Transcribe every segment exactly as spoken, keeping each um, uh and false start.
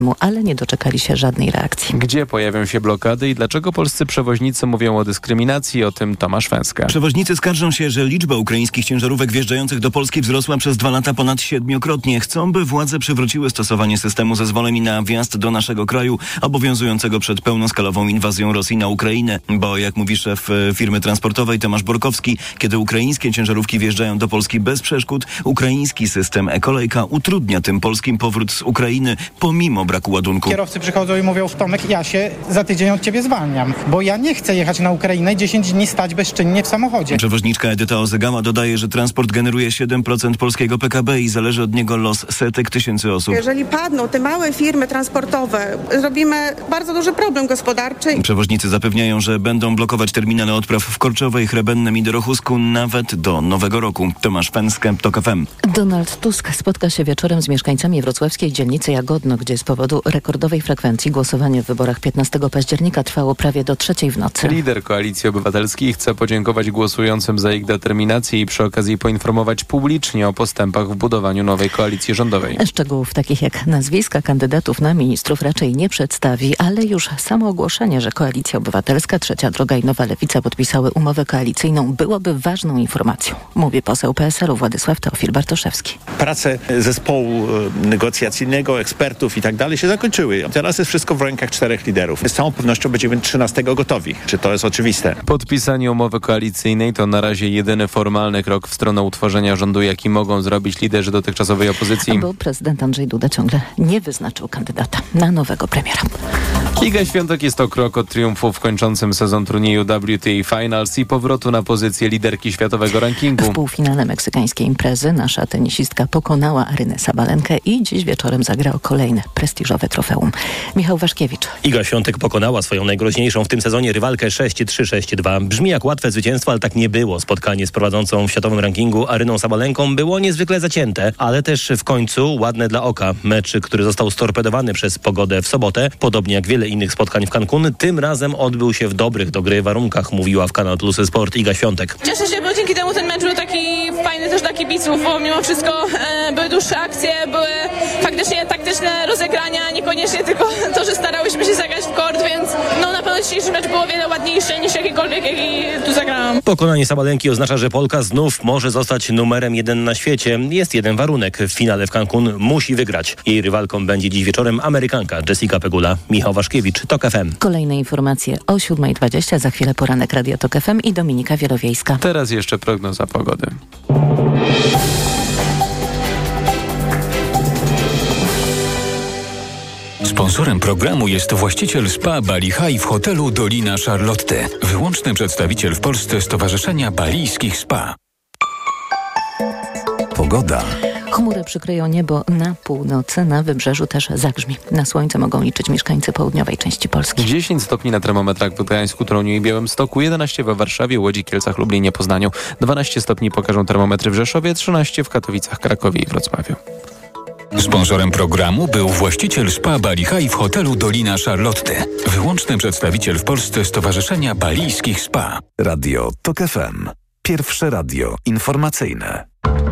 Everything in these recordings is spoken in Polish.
ale nie doczekali się żadnej reakcji. Gdzie pojawią się blokady i dlaczego polscy przewoźnicy mówią o dyskryminacji? O tym Tomasz Węska. Przewoźnicy skarżą się, że liczba ukraińskich ciężarówek wjeżdżających do Polski wzrosła przez dwa lata ponad siedmiokrotnie. Chcą, by władze przywróciły stosowanie systemu zezwoleń na wjazd do naszego kraju, obowiązującego przed pełnoskalową inwazją Rosji na Ukrainę. Bo, jak mówi szef firmy transportowej Tomasz Borkowski, kiedy ukraińskie ciężarówki wjeżdżają do Polski bez przeszkód, ukraiński system e-kolejka utrudnia tym polskim powrót z Ukrainy, pomimo braku ładunku. Kierowcy przychodzą i mówią: Tomek, ja się za tydzień od ciebie zwalniam, bo ja nie chcę jechać na Ukrainę i dziesięć dni stać bezczynnie w samochodzie. Przewoźniczka Edyta Ozygała dodaje, że transport generuje siedem procent polskiego P K B i zależy od niego los setek tysięcy osób. Jeżeli padną te małe firmy transportowe, zrobimy bardzo duży problem gospodarczy. Przewoźnicy zapewniają, że będą blokować terminale odpraw w Korczowej, Chrebennem i Dorochusku nawet do nowego roku. Tomasz Pęskę, TOK F M. Donald Tusk spotka się wieczorem z mieszkańcami wrocławskiej dzielnicy Jagodno, gdzie z powodu rekordowej frekwencji głosowanie w wyborach piętnastego października trwało prawie do trzeciej w nocy. Lider Koalicji Obywatelskiej chce podziękować głosującym za ich determinację i przy okazji poinformować publicznie o postępach w budowaniu nowej koalicji rządowej. Szczegółów takich jak nazwiska kandydatów na ministrów raczej nie przedstawi, ale już samo ogłoszenie, że Koalicja Obywatelska, Trzecia Droga i Nowa Lewica podpisały umowę koalicyjną, byłoby ważną informacją, mówi poseł P S L u Władysław Teofil Bartoszewski. Prace zespołu negocjacyjnego, ekspertów i tak dalej się zakończyły. Teraz jest wszystko w rękach czterech liderów. Z całą pewnością będziemy trzynastego gotowi. Czy to jest oczywiste? Podpisanie umowy koalicyjnej to na razie jedyny formalny krok w stronę utworzenia rządu, jaki mogą zrobić liderzy dotychczasowej opozycji. Bo prezydent Andrzej Duda ciągle nie wyznaczył kandydata na nowego premiera. Iga Świątek jest to krok od triumfu w kończącym sezon turnieju W T A Finals i powrotu na pozycję liderki światowego rankingu. W półfinale meksykańskiej imprezy nasza tenisistka pokonała Arynę Sabalenkę i dziś wieczorem zagra o kolejne prestiżowe trofeum. Michał Waszkiewicz. Iga Świątek pokonała swoją najgroźniejszą w tym sezonie rywalkę sześć trzy sześć dwa. Brzmi jak łatwe zwycięstwo, ale tak nie było. Spotkanie z prowadzącą w światowym rankingu Aryną Sabalenką było niezwykle zacięte, ale też w końcu ładne dla oka. Mecz, który został storpedowany przez pogodę w sobotę, podobnie jak wiele innych spotkań w Cancun, tym razem odbył się w dobrych do gry warunkach, mówiła w Kanal Plus Sport Iga Świątek. Cieszę się, bo dzięki temu ten mecz był taki fajny też dla kibiców, bo mimo wszystko e, były dłuższe akcje, były faktycznie taktyczne rozegrania, niekoniecznie tylko to, że starałyśmy się zagrać w kort, więc no na pewno dzisiejszy mecz było o wiele ładniejszy niż jakikolwiek, jaki tu zagrałam. Pokonanie Sabalenki oznacza, że Polka znów może zostać numerem jeden na świecie. Jest jeden warunek. W finale w Cancun musi wygrać. Jej rywalką będzie dziś wieczorem Amerykanka Jessica Pegula. Michał Waszkiewicz, TOK F M. Kolejne informacje o siódma dwadzieścia, za chwilę poranek Radia TOK F M i Dominika Wielowiejska. Teraz jeszcze prognoza pogody. Sponsorem programu jest właściciel spa Bali High w hotelu Dolina Charlotte. Wyłączny przedstawiciel w Polsce Stowarzyszenia Balijskich Spa. Pogoda. Chmury przykryją niebo na północy, na wybrzeżu też zagrzmi. Na słońce mogą liczyć mieszkańcy południowej części Polski. dziesięć stopni na termometrach w Gdańsku, Toruniu i Białymstoku, jedenaście we Warszawie, Łodzi, Kielcach, Lublinie, Poznaniu, dwanaście stopni pokażą termometry w Rzeszowie, trzynaście w Katowicach, Krakowie i Wrocławiu. Sponsorem programu był właściciel spa Bali High w hotelu Dolina Charlotte. Wyłączny przedstawiciel w Polsce Stowarzyszenia Balijskich Spa. Radio TOK F M. Pierwsze radio informacyjne.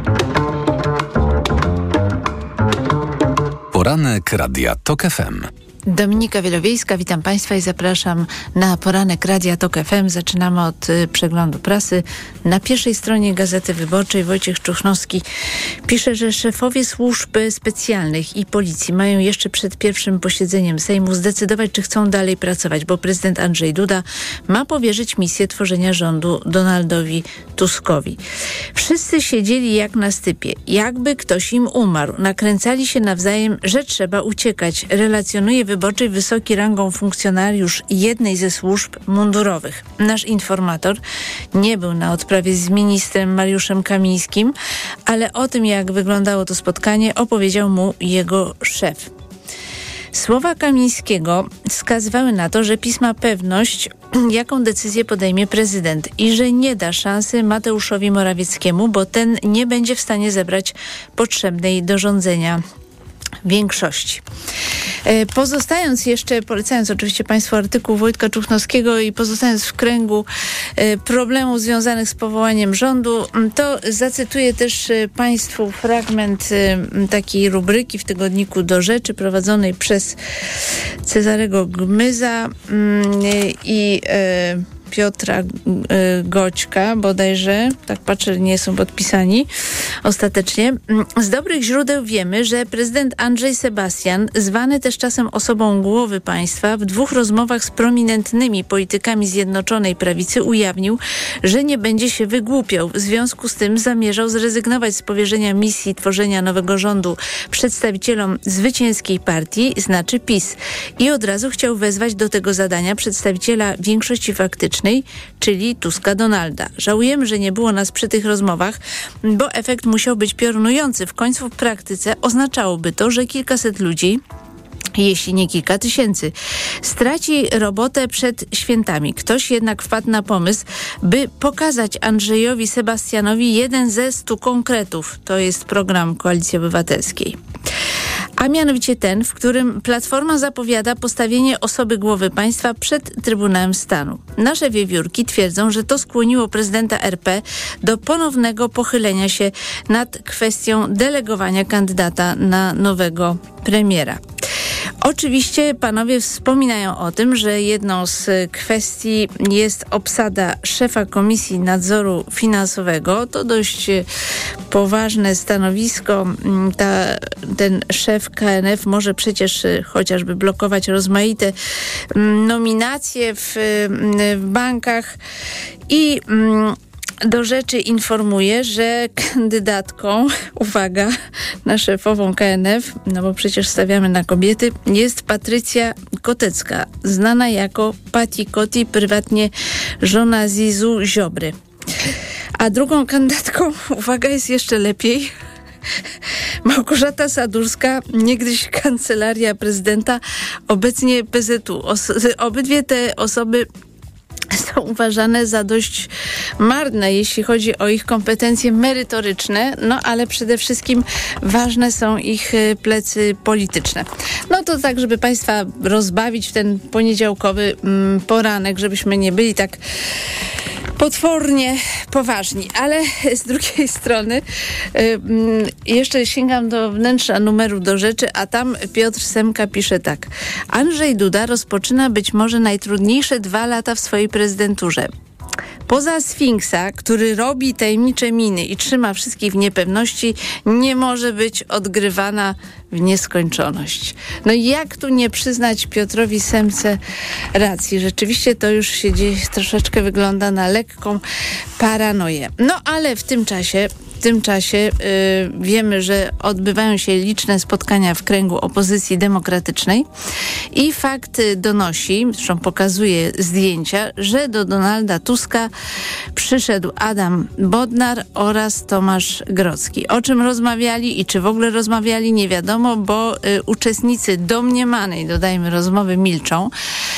Poranek Radia TOK F M. Dominika Wielowiejska, witam Państwa i zapraszam na poranek Radia TOK F M. Zaczynamy od y, przeglądu prasy. Na pierwszej stronie Gazety Wyborczej Wojciech Czuchnowski pisze, że szefowie służb specjalnych i policji mają jeszcze przed pierwszym posiedzeniem Sejmu zdecydować, czy chcą dalej pracować, bo prezydent Andrzej Duda ma powierzyć misję tworzenia rządu Donaldowi Tuskowi. Wszyscy siedzieli jak na stypie, jakby ktoś im umarł. Nakręcali się nawzajem, że trzeba uciekać, relacjonuje Wyborczej wysoki rangą funkcjonariusz jednej ze służb mundurowych. Nasz informator nie był na odprawie z ministrem Mariuszem Kamińskim, ale o tym, jak wyglądało to spotkanie, opowiedział mu jego szef. Słowa Kamińskiego wskazywały na to, że PiS ma pewność, jaką decyzję podejmie prezydent i że nie da szansy Mateuszowi Morawieckiemu, bo ten nie będzie w stanie zebrać potrzebnej do rządzenia większości. Pozostając jeszcze, polecając oczywiście Państwu artykuł Wojtka Czuchnowskiego i pozostając w kręgu problemów związanych z powołaniem rządu, to zacytuję też Państwu fragment takiej rubryki w tygodniku Do Rzeczy prowadzonej przez Cezarego Gmyza i Piotra Goćka bodajże, tak patrzę, nie są podpisani ostatecznie. Z dobrych źródeł wiemy, że prezydent Andrzej Sebastian, zwany też czasem osobą głowy państwa, w dwóch rozmowach z prominentnymi politykami Zjednoczonej Prawicy ujawnił, że nie będzie się wygłupiał. W związku z tym zamierzał zrezygnować z powierzenia misji tworzenia nowego rządu przedstawicielom zwycięskiej partii, znaczy PiS. I od razu chciał wezwać do tego zadania przedstawiciela większości faktycznej, czyli Tuska Donalda. Żałujemy, że nie było nas przy tych rozmowach, bo efekt musiał być piorunujący. W końcu w praktyce oznaczałoby to, że kilkaset ludzi, jeśli nie kilka tysięcy, straci robotę przed świętami. Ktoś jednak wpadł na pomysł, by pokazać Andrzejowi Sebastianowi jeden ze stu konkretów. To jest program Koalicji Obywatelskiej. A mianowicie ten, w którym Platforma zapowiada postawienie osoby głowy państwa przed Trybunałem Stanu. Nasze wiewiórki twierdzą, że to skłoniło prezydenta R P do ponownego pochylenia się nad kwestią delegowania kandydata na nowego premiera. Oczywiście panowie wspominają o tym, że jedną z kwestii jest obsada szefa Komisji Nadzoru Finansowego. To dość poważne stanowisko. Ta, ten szef K N F może przecież chociażby blokować rozmaite nominacje w, w bankach i Do Rzeczy informuje, że kandydatką, uwaga, na szefową K N F, no bo przecież stawiamy na kobiety, jest Patrycja Kotecka, znana jako Pati Koti, prywatnie żona Zizu Ziobry. A drugą kandydatką, uwaga, jest jeszcze lepiej, Małgorzata Sadurska, niegdyś Kancelaria Prezydenta, obecnie P Z U. Os- obydwie te osoby są uważane za dość marne, jeśli chodzi o ich kompetencje merytoryczne, no ale przede wszystkim ważne są ich plecy polityczne. No to tak, żeby Państwa rozbawić w ten poniedziałkowy mm, poranek, żebyśmy nie byli tak potwornie poważni, ale z drugiej strony y, y, jeszcze sięgam do wnętrza numeru Do Rzeczy, a tam Piotr Semka pisze tak. Andrzej Duda rozpoczyna być może najtrudniejsze dwa lata w swojej prezydenturze. Poza Sfinksa, który robi tajemnicze miny i trzyma wszystkich w niepewności, nie może być odgrywana w nieskończoność. No i jak tu nie przyznać Piotrowi Semce racji? Rzeczywiście to już się dzieje, troszeczkę wygląda na lekką paranoję. No ale w tym czasie W tym czasie y, wiemy, że odbywają się liczne spotkania w kręgu opozycji demokratycznej i fakt donosi, zresztą pokazuje zdjęcia, że do Donalda Tuska przyszedł Adam Bodnar oraz Tomasz Grodzki. O czym rozmawiali i czy w ogóle rozmawiali, nie wiadomo, bo y, uczestnicy domniemanej, dodajmy, rozmowy milczą,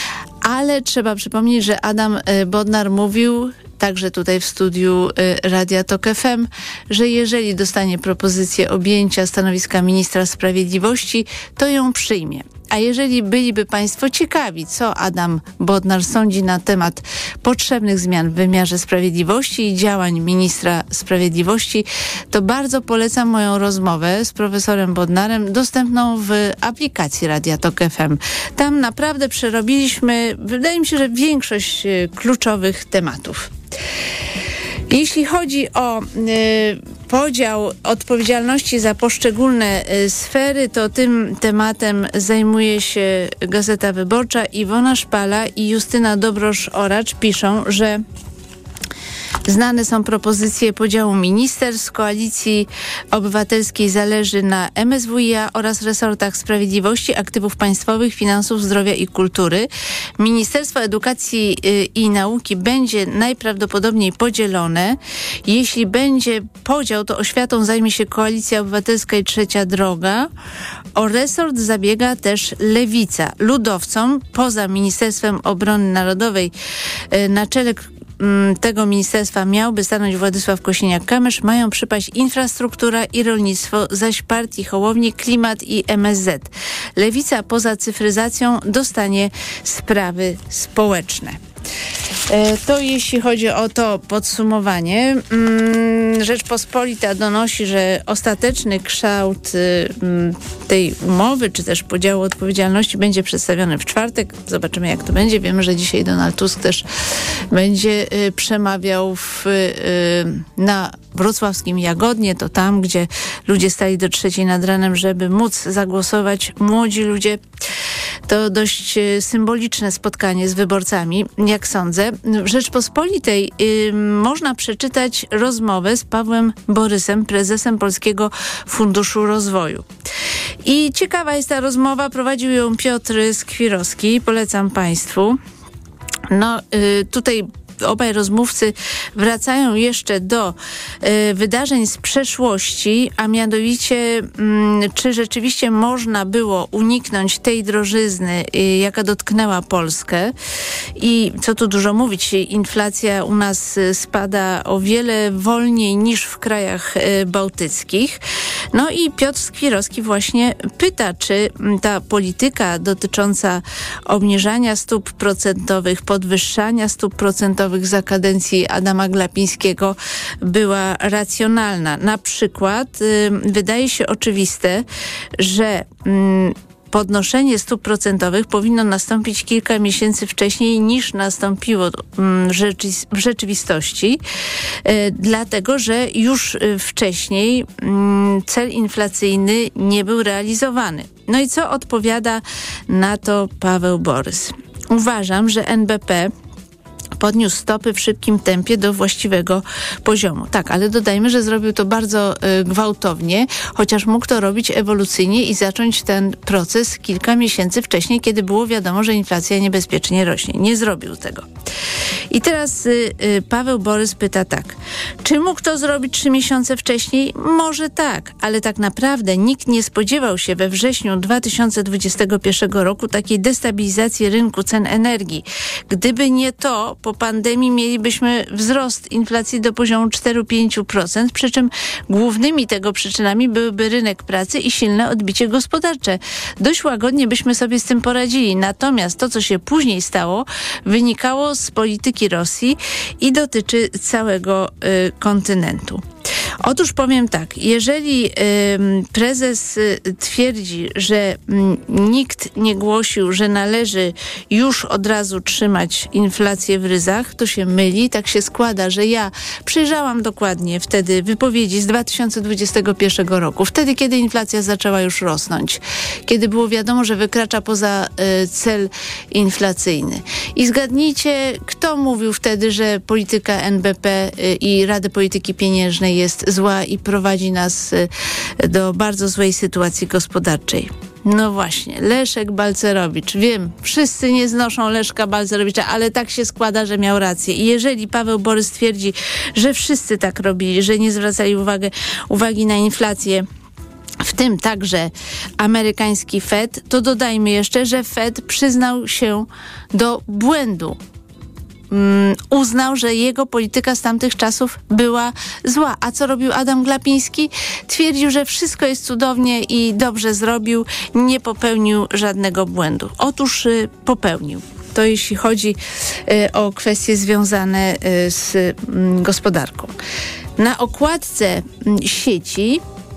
ale trzeba przypomnieć, że Adam y, Bodnar mówił także tutaj w studiu y, Radia Tok F M, że jeżeli dostanie propozycję objęcia stanowiska ministra sprawiedliwości, to ją przyjmie. A jeżeli byliby Państwo ciekawi, co Adam Bodnar sądzi na temat potrzebnych zmian w wymiarze sprawiedliwości i działań ministra sprawiedliwości, to bardzo polecam moją rozmowę z profesorem Bodnarem, dostępną w aplikacji Radia Tok F M. Tam naprawdę przerobiliśmy, wydaje mi się, że większość y, kluczowych tematów. Jeśli chodzi o y, podział odpowiedzialności za poszczególne y, sfery, to tym tematem zajmuje się Gazeta Wyborcza. Iwona Szpala i Justyna Dobrosz-Oracz piszą, że znane są propozycje podziału ministerstw. Koalicji Obywatelskiej zależy na M S W i A oraz resortach sprawiedliwości, aktywów państwowych, finansów, zdrowia i kultury. Ministerstwo Edukacji i Nauki będzie najprawdopodobniej podzielone. Jeśli będzie podział, to oświatą zajmie się Koalicja Obywatelska i Trzecia Droga. O resort zabiega też Lewica. Ludowcom, poza Ministerstwem Obrony Narodowej, na czele mm, tego ministerstwa miałby stanąć Władysław Kosiniak-Kamysz, mają przypaść infrastruktura i rolnictwo, zaś partii Hołowni klimat i M S Z. Lewica poza cyfryzacją dostanie sprawy społeczne. To jeśli chodzi o to podsumowanie. Rzeczpospolita donosi, że ostateczny kształt tej umowy, czy też podziału odpowiedzialności będzie przedstawiony w czwartek. Zobaczymy, jak to będzie. Wiemy, że dzisiaj Donald Tusk też będzie przemawiał w, na wrocławskim Jagodnie. To tam, gdzie ludzie stali do trzeciej nad ranem, żeby móc zagłosować. Młodzi ludzie. To dość symboliczne spotkanie z wyborcami, jak sądzę. W Rzeczpospolitej y, można przeczytać rozmowę z Pawłem Borysem, prezesem Polskiego Funduszu Rozwoju. I ciekawa jest ta rozmowa, prowadził ją Piotr Skwirowski, polecam Państwu. No y, tutaj obaj rozmówcy wracają jeszcze do y, wydarzeń z przeszłości, a mianowicie y, czy rzeczywiście można było uniknąć tej drożyzny, y, jaka dotknęła Polskę. I co tu dużo mówić, inflacja u nas y, spada o wiele wolniej niż w krajach y, bałtyckich. No i Piotr Skwirowski właśnie pyta, czy ta polityka dotycząca obniżania stóp procentowych, podwyższania stóp procentowych za kadencji Adama Glapińskiego była racjonalna. Na przykład y, wydaje się oczywiste, że y, podnoszenie stóp procentowych powinno nastąpić kilka miesięcy wcześniej niż nastąpiło w, rzeczy, w rzeczywistości, y, dlatego że już y, wcześniej y, cel inflacyjny nie był realizowany. No i co odpowiada na to Paweł Borys? Uważam, że N B P podniósł stopy w szybkim tempie do właściwego poziomu. Tak, ale dodajmy, że zrobił to bardzo y, gwałtownie, chociaż mógł to robić ewolucyjnie i zacząć ten proces kilka miesięcy wcześniej, kiedy było wiadomo, że inflacja niebezpiecznie rośnie. Nie zrobił tego. I teraz y, y, Paweł Borys pyta tak. Czy mógł to zrobić trzy miesiące wcześniej? Może tak, ale tak naprawdę nikt nie spodziewał się we wrześniu dwa tysiące dwudziestego pierwszego roku takiej destabilizacji rynku cen energii. Gdyby nie to, po pandemii mielibyśmy wzrost inflacji do poziomu cztery do pięciu procent, przy czym głównymi tego przyczynami byłyby rynek pracy i silne odbicie gospodarcze. Dość łagodnie byśmy sobie z tym poradzili. Natomiast to, co się później stało, wynikało z polityki Rosji i dotyczy całego y, kontynentu. Otóż powiem tak, jeżeli y, prezes y, twierdzi, że y, nikt nie głosił, że należy już od razu trzymać inflację w ryzach, to się myli. Tak się składa, że ja przejrzałam dokładnie wtedy wypowiedzi z dwa tysiące dwudziestego pierwszego roku, wtedy, kiedy inflacja zaczęła już rosnąć, kiedy było wiadomo, że wykracza poza y, cel inflacyjny. I zgadnijcie, kto mówił wtedy, że polityka N B P y, i Rady Polityki Pieniężnej jest zła i prowadzi nas do bardzo złej sytuacji gospodarczej. No właśnie, Leszek Balcerowicz. Wiem, wszyscy nie znoszą Leszka Balcerowicza, ale tak się składa, że miał rację. I jeżeli Paweł Borys twierdzi, że wszyscy tak robili, że nie zwracali uwagę, uwagi na inflację, w tym także amerykański Fed, to dodajmy jeszcze, że Fed przyznał się do błędu. Um, uznał, że jego polityka z tamtych czasów była zła. A co robił Adam Glapiński? Twierdził, że wszystko jest cudownie i dobrze zrobił, nie popełnił żadnego błędu. Otóż y, popełnił. To jeśli chodzi y, o kwestie związane y, z y, gospodarką. Na okładce y, sieci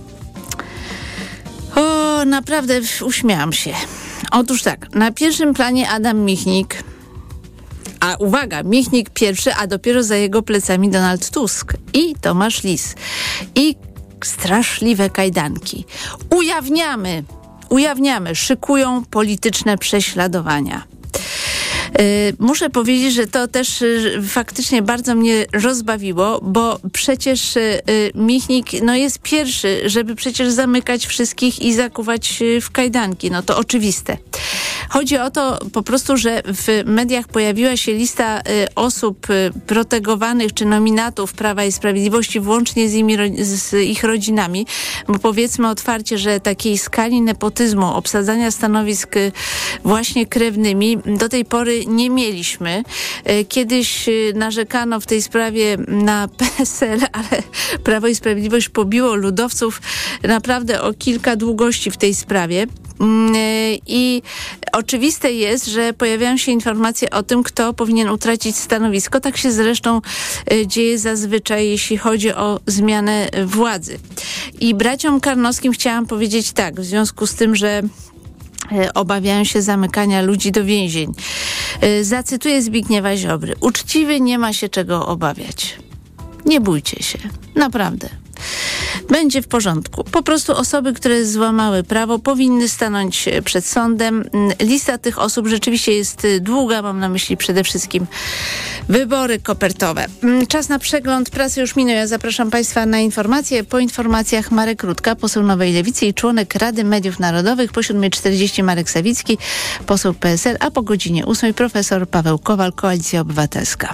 o, naprawdę uśmiałam się. Otóż tak, na pierwszym planie Adam Michnik. A uwaga, Michnik pierwszy, a dopiero za jego plecami Donald Tusk i Tomasz Lis. I straszliwe kajdanki. Ujawniamy, ujawniamy, szykują polityczne prześladowania. Yy, muszę powiedzieć, że to też yy, faktycznie bardzo mnie rozbawiło, bo przecież yy, Michnik no, jest pierwszy, żeby przecież zamykać wszystkich i zakuwać yy, w kajdanki. No to oczywiste. Chodzi o to po prostu, że w mediach pojawiła się lista y, osób y, protegowanych czy nominatów Prawa i Sprawiedliwości włącznie z, imi, z ich rodzinami, bo powiedzmy otwarcie, że takiej skali nepotyzmu, obsadzania stanowisk y, właśnie krewnymi do tej pory nie mieliśmy. Y, kiedyś y, narzekano w tej sprawie na P S L, ale Prawo i Sprawiedliwość pobiło ludowców naprawdę o kilka długości w tej sprawie. I oczywiste jest, że pojawiają się informacje o tym, kto powinien utracić stanowisko. Tak się zresztą dzieje zazwyczaj, jeśli chodzi o zmianę władzy. I braciom Karnowskim chciałam powiedzieć tak, w związku z tym, że obawiają się zamykania ludzi do więzień. Zacytuję Zbigniewa Ziobry. Uczciwy nie ma się czego obawiać. Nie bójcie się. Naprawdę. Będzie w porządku. Po prostu osoby, które złamały prawo, powinny stanąć przed sądem. Lista tych osób rzeczywiście jest długa. Mam na myśli przede wszystkim wybory kopertowe. Czas na przegląd prasy już minął. Ja zapraszam Państwa na informacje. Po informacjach Marek Rutka, poseł Nowej Lewicy i członek Rady Mediów Narodowych. Po siódmej czterdzieści Marek Sawicki, poseł P S L, a po godzinie ósmej profesor Paweł Kowal, Koalicja Obywatelska.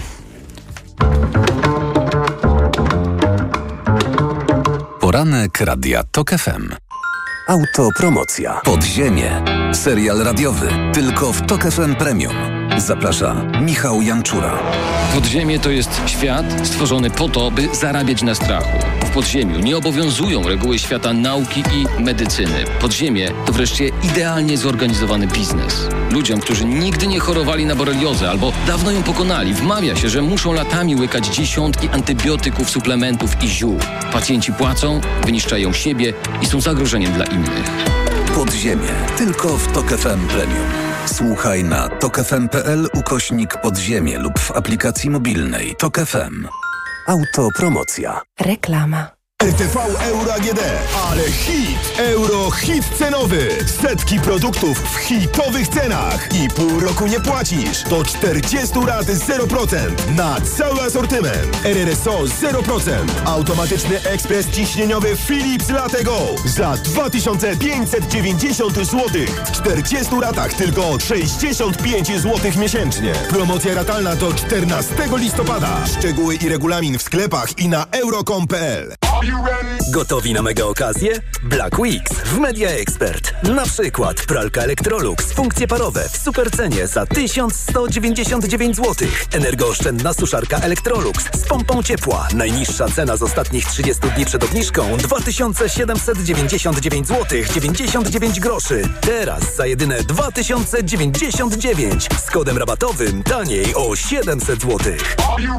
Poranek Radia Tok F M. Autopromocja. Podziemie. Serial radiowy. Tylko w Tok F M Premium. Zaprasza Michał Janczura. Podziemie to jest świat stworzony po to, by zarabiać na strachu. W podziemiu nie obowiązują reguły świata nauki i medycyny. Podziemie to wreszcie idealnie zorganizowany biznes. Ludziom, którzy nigdy nie chorowali na boreliozę albo dawno ją pokonali, wmawia się, że muszą latami łykać dziesiątki antybiotyków, suplementów i ziół. Pacjenci płacą, wyniszczają siebie i są zagrożeniem dla innych. Podziemie. Tylko w Tok F M Premium. Słuchaj na tokfm.pl ukośnik podziemie lub w aplikacji mobilnej Tok F M. Autopromocja. Reklama. R T V Euro A G D. Ale hit! Euro hit cenowy. Setki produktów w hitowych cenach. I pół roku nie płacisz. Do czterdzieści rat zero procent na cały asortyment. R R S O zero procent. Automatyczny ekspres ciśnieniowy Philips Latte Go za dwa tysiące pięćset dziewięćdziesiąt złotych. W czterdziestu ratach tylko sześćdziesiąt pięć złotych miesięcznie. Promocja ratalna do czternastego listopada. Szczegóły i regulamin w sklepach i na euro kropka com kropka p l. Gotowi na mega okazję? Black Weeks w Media Expert. Na przykład pralka Electrolux, funkcje parowe w supercenie za tysiąc sto dziewięćdziesiąt dziewięć złotych. Energooszczędna suszarka Electrolux z pompą ciepła. Najniższa cena z ostatnich trzydziestu dni przed obniżką dwa tysiące siedemset dziewięćdziesiąt dziewięć złotych dziewięćdziesiąt dziewięć groszy. Teraz za jedyne dwa tysiące dziewięćdziesiąt dziewięć. Z kodem rabatowym taniej o siedemset złotych.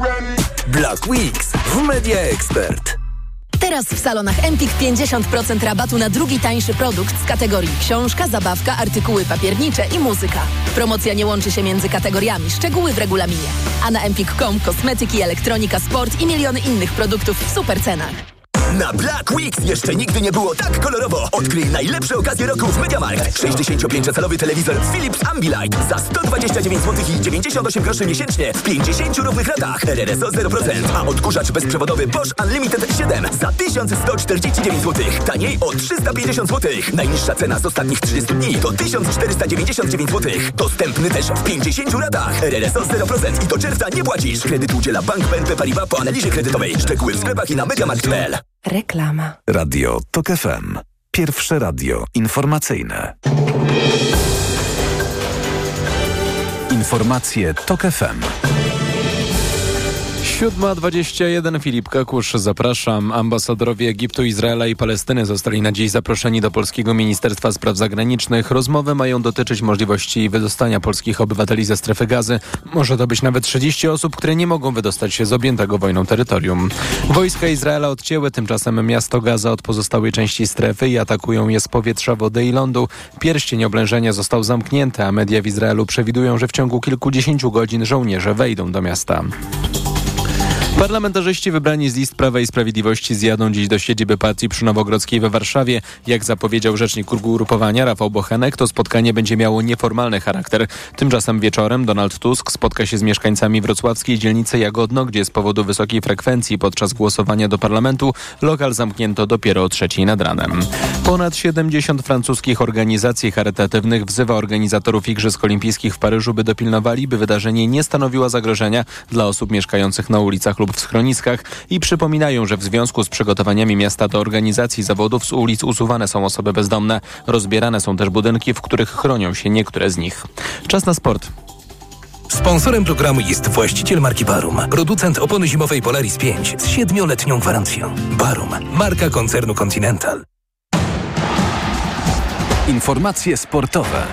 Black Weeks w Media Expert. Teraz w salonach Empik pięćdziesiąt procent rabatu na drugi tańszy produkt z kategorii książka, zabawka, artykuły papiernicze i muzyka. Promocja nie łączy się między kategoriami, szczegóły w regulaminie. A na empik kropka com kosmetyki, elektronika, sport i miliony innych produktów w super cenach. Na Black Weeks jeszcze nigdy nie było tak kolorowo. Odkryj najlepsze okazje roku w MediaMarkt. sześćdziesięciopięciocalowy telewizor Philips Ambilight za sto dwadzieścia dziewięć złotych i dziewięćdziesiąt osiem groszy miesięcznie w pięćdziesięciu równych ratach. R R S O zero procent. A odkurzacz bezprzewodowy Bosch Unlimited siedem za tysiąc sto czterdzieści dziewięć złotych. Taniej o trzysta pięćdziesiąt złotych. Najniższa cena z ostatnich trzydziestu dni to tysiąc czterysta dziewięćdziesiąt dziewięć złotych. Dostępny też w pięćdziesięciu ratach. R R S O zero procent i do czerwca nie płacisz. Kredyt udziela Bank B N P Paribas po analizie kredytowej. Szczegóły w sklepach i na mediamarkt kropka p l. Reklama. Radio Tok F M. Pierwsze radio informacyjne. Informacje Tok F M. siódma dwadzieścia jeden, Filip Kakusz, zapraszam. Ambasadorowie Egiptu, Izraela i Palestyny zostali na dziś zaproszeni do polskiego Ministerstwa Spraw Zagranicznych. Rozmowy mają dotyczyć możliwości wydostania polskich obywateli ze strefy Gazy. Może to być nawet trzydzieści osób, które nie mogą wydostać się z objętego wojną terytorium. Wojska Izraela odcięły tymczasem miasto Gaza od pozostałej części strefy i atakują je z powietrza, wody i lądu. Pierścień oblężenia został zamknięty, a media w Izraelu przewidują, że w ciągu kilkudziesięciu godzin żołnierze wejdą do miasta. Parlamentarzyści wybrani z list Prawa i Sprawiedliwości zjadą dziś do siedziby partii przy Nowogrodzkiej we Warszawie. Jak zapowiedział rzecznik ugrupowania Rafał Bochenek, to spotkanie będzie miało nieformalny charakter. Tymczasem wieczorem Donald Tusk spotka się z mieszkańcami wrocławskiej dzielnicy Jagodno, gdzie z powodu wysokiej frekwencji podczas głosowania do parlamentu lokal zamknięto dopiero o trzeciej nad ranem. Ponad siedemdziesiąt francuskich organizacji charytatywnych wzywa organizatorów Igrzysk Olimpijskich w Paryżu, by dopilnowali, by wydarzenie nie stanowiło zagrożenia dla osób mieszkających na ulicach lub w schroniskach i przypominają, że w związku z przygotowaniami miasta do organizacji zawodów z ulic usuwane są osoby bezdomne. Rozbierane są też budynki, w których chronią się niektóre z nich. Czas na sport. Sponsorem programu jest właściciel marki Barum, producent opony zimowej Polaris pięć z siedmioletnią gwarancją. Barum, marka koncernu Continental. Informacje sportowe.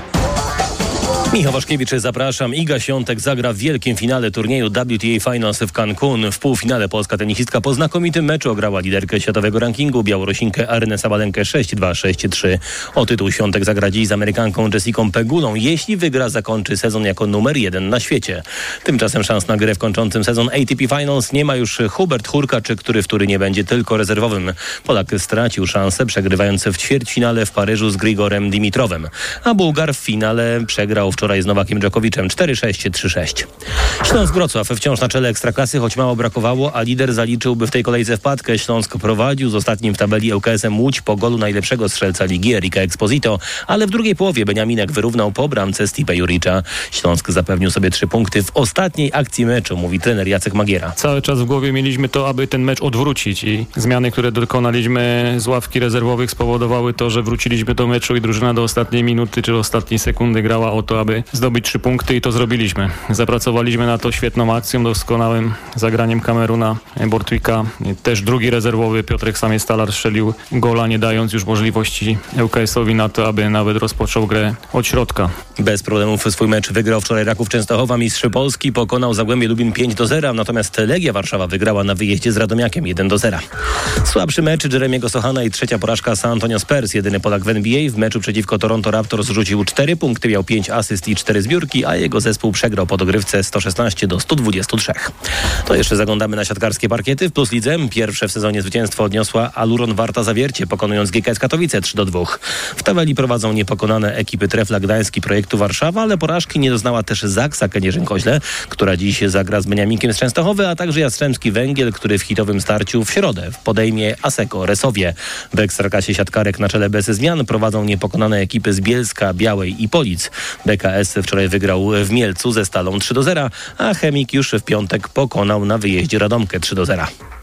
Michał Waszkiewicz, zapraszam. Iga Świątek zagra w wielkim finale turnieju W T A Finals w Cancun. W półfinale polska tenisistka po znakomitym meczu ograła liderkę światowego rankingu Białorusinkę Arynę Sabalenkę sześć dwa sześć trzy. O tytuł Świątek zagra dziś z Amerykanką Jessicą Pegulą. Jeśli wygra, zakończy sezon jako numer jeden na świecie. Tymczasem szans na grę w kończącym sezon A T P Finals nie ma już Hubert Hurkacz, który w Turynie będzie tylko rezerwowym. Polak stracił szansę, przegrywając w ćwierćfinale w Paryżu z Grigorem Dimitrowem. A Bułgar w finale przegrał wczoraj z Nowakiem Dżokowiczem cztery sześć trzy sześć. Śląsk Wrocław wciąż na czele Ekstraklasy, choć mało brakowało, a lider zaliczyłby w tej kolejce wpadkę. Śląsk prowadził z ostatnim w tabeli L K S-em Łódź po golu najlepszego strzelca ligi Erika Exposito, ale w drugiej połowie Beniaminek wyrównał po bramce Stipe Juricza. Śląsk zapewnił sobie trzy punkty w ostatniej akcji meczu, mówi trener Jacek Magiera. Cały czas w głowie mieliśmy to, aby ten mecz odwrócić i zmiany, które dokonaliśmy z ławki rezerwowych spowodowały to, że wróciliśmy do meczu i drużyna do ostatniej minuty czy do ostatniej sekundy grała o to, aby zdobyć trzy punkty i to zrobiliśmy. Zapracowaliśmy na to świetną akcją, doskonałym zagraniem Kameruna, Bortwika. Też drugi rezerwowy Piotrek Samie-Stalar strzelił gola, nie dając już możliwości L K S-owi na to, aby nawet rozpoczął grę od środka. Bez problemów swój mecz wygrał wczoraj Raków Częstochowa. Mistrz Polski pokonał Zagłębie Lubin pięć do zera, natomiast Legia Warszawa wygrała na wyjeździe z Radomiakiem jeden do zera. Słabszy mecz Jeremiego Sochana i trzecia porażka San Antonio Spurs. Jedyny Polak w N B A w meczu przeciwko Toronto Raptors rzucił cztery punkty, miał pięć asyst i cztery zbiórki, a jego zespół przegrał po dogrywce sto szesnaście do stu dwudziestu trzech. To jeszcze zaglądamy na siatkarskie parkiety. W Plus Lidze pierwsze w sezonie zwycięstwo odniosła Aluron Warta Zawiercie, pokonując G K S Katowice trzy do dwóch. W tabeli prowadzą niepokonane ekipy Trefla Gdańsk i Projektu Warszawa, ale porażki nie doznała też Zaksa Kędzierzyn-Koźle, która dziś zagra z Beniaminkiem z Częstochowy, a także Jastrzębski Węgiel, który w hitowym starciu w środę podejmie Aseko Resowie. W Ekstraklasie siatkarek na czele bez zmian prowadzą niepokonane ekipy z Bielska, Białej i Polic. B K S wczoraj wygrał w Mielcu ze Stalą trzy do zera, a Chemik już w piątek pokonał na wyjeździe Radomkę trzy do zera.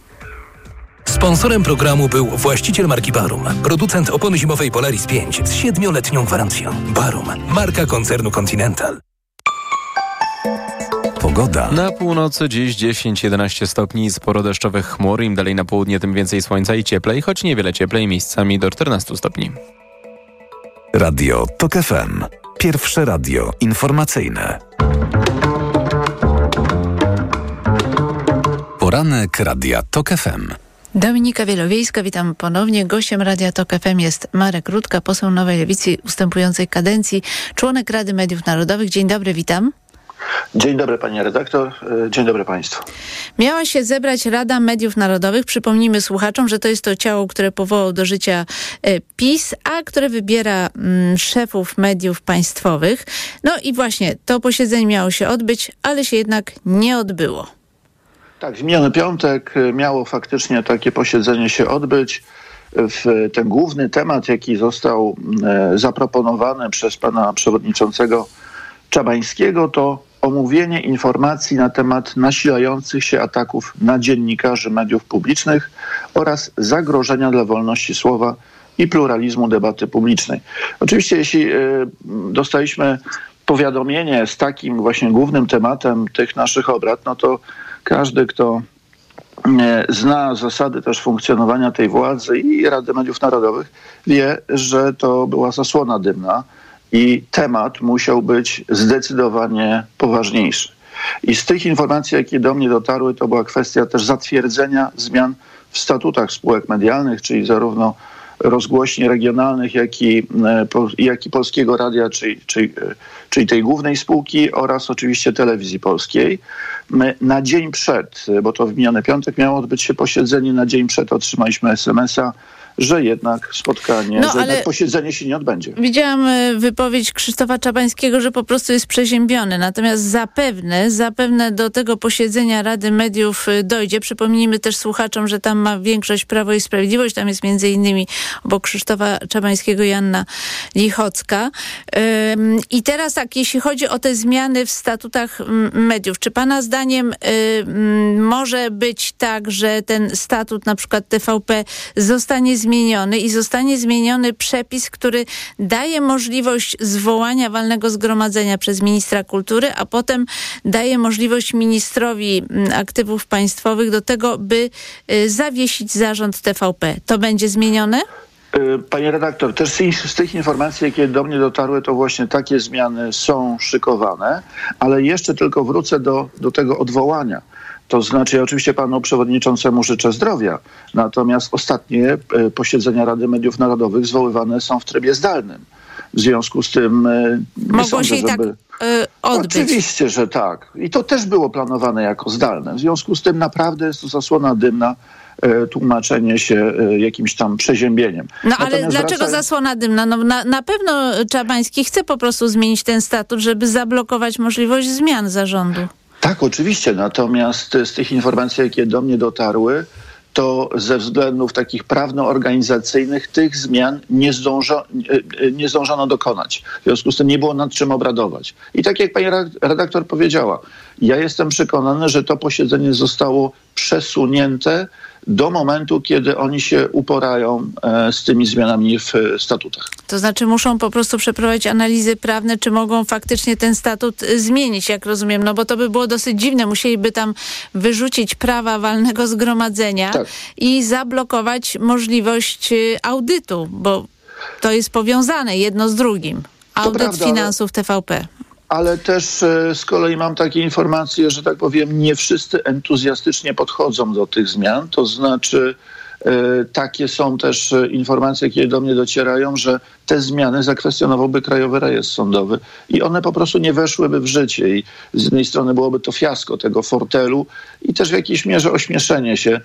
Sponsorem programu był właściciel marki Barum, producent opony zimowej Polaris pięć z siedmioletnią gwarancją. Barum, marka koncernu Continental. Pogoda. Na północy dziś dziesięć jedenaście stopni, sporo deszczowych chmur. Im dalej na południe, tym więcej słońca i cieplej, choć niewiele cieplej, miejscami do czternastu stopni. Radio TOK F M. Pierwsze radio informacyjne. Poranek Radia TOK F M. Dominika Wielowiejska, witam ponownie. Gościem Radia TOK F M jest Marek Rutka, poseł Nowej Lewicy ustępującej kadencji, członek Rady Mediów Narodowych. Dzień dobry, witam. Dzień dobry pani redaktor, dzień dobry państwu. Miała się zebrać Rada Mediów Narodowych. Przypomnijmy słuchaczom, że to jest to ciało, które powołał do życia PiS, a które wybiera mm, szefów mediów państwowych. No i właśnie to posiedzenie miało się odbyć, ale się jednak nie odbyło. Tak, w miniony piątek miało faktycznie takie posiedzenie się odbyć. W ten główny temat, jaki został e, zaproponowany przez pana przewodniczącego Czabańskiego, to omówienie informacji na temat nasilających się ataków na dziennikarzy mediów publicznych oraz zagrożenia dla wolności słowa i pluralizmu debaty publicznej. Oczywiście jeśli y, dostaliśmy powiadomienie z takim właśnie głównym tematem tych naszych obrad, no to każdy, kto y, zna zasady też funkcjonowania tej władzy i Rady Mediów Narodowych, wie, że to była zasłona dymna. I temat musiał być zdecydowanie poważniejszy. I z tych informacji, jakie do mnie dotarły, to była kwestia też zatwierdzenia zmian w statutach spółek medialnych, czyli zarówno rozgłośni regionalnych, jak i, jak i Polskiego Radia, czyli, czyli, czyli tej głównej spółki oraz oczywiście Telewizji Polskiej. My na dzień przed, bo to w miniony piątek miało odbyć się posiedzenie, na dzień przed otrzymaliśmy es em es a, że jednak spotkanie, no, że jednak posiedzenie się nie odbędzie. Widziałam wypowiedź Krzysztofa Czabańskiego, że po prostu jest przeziębiony. Natomiast zapewne, zapewne do tego posiedzenia Rady Mediów dojdzie. Przypomnijmy też słuchaczom, że tam ma większość Prawo i Sprawiedliwość. Tam jest między innymi obok Krzysztofa Czabańskiego Joanna Lichocka. I teraz tak, jeśli chodzi o te zmiany w statutach mediów, czy pana zdaniem może być tak, że ten statut na przykład T V P zostanie zmieniony i zostanie zmieniony przepis, który daje możliwość zwołania walnego zgromadzenia przez ministra kultury, a potem daje możliwość ministrowi aktywów państwowych do tego, by zawiesić zarząd T V P. To będzie zmienione? Panie redaktor, też z tych informacji, jakie do mnie dotarły, to właśnie takie zmiany są szykowane, ale jeszcze tylko wrócę do, do tego odwołania. To znaczy, ja oczywiście panu przewodniczącemu życzę zdrowia, natomiast ostatnie posiedzenia Rady Mediów Narodowych zwoływane są w trybie zdalnym. W związku z tym nie Mogło sądzę, się i tak żeby... y, odbyć. Oczywiście, że tak. I to też było planowane jako zdalne. W związku z tym naprawdę jest to zasłona dymna, tłumaczenie się jakimś tam przeziębieniem. No ale Natomiast dlaczego wracając... zasłona dymna? No, na, na pewno Czabański chce po prostu zmienić ten statut, żeby zablokować możliwość zmian zarządu. Tak, oczywiście. Natomiast z tych informacji, jakie do mnie dotarły, to ze względów takich prawno-organizacyjnych tych zmian nie, zdążo, nie zdążono dokonać. W związku z tym nie było nad czym obradować. I tak jak pani redaktor powiedziała, ja jestem przekonany, że to posiedzenie zostało przesunięte do momentu, kiedy oni się uporają z tymi zmianami w statutach. To znaczy muszą po prostu przeprowadzić analizy prawne, czy mogą faktycznie ten statut zmienić, jak rozumiem, no bo to by było dosyć dziwne. Musieliby tam wyrzucić prawa walnego zgromadzenia tak. i zablokować możliwość audytu, bo to jest powiązane jedno z drugim. Audyt prawda, finansów T V P. Ale też z kolei mam takie informacje, że tak powiem, nie wszyscy entuzjastycznie podchodzą do tych zmian. To znaczy e, takie są też informacje, jakie do mnie docierają, że te zmiany zakwestionowałby Krajowy Rejestr Sądowy i one po prostu nie weszłyby w życie. I z jednej strony byłoby to fiasko tego fortelu i też w jakiejś mierze ośmieszenie się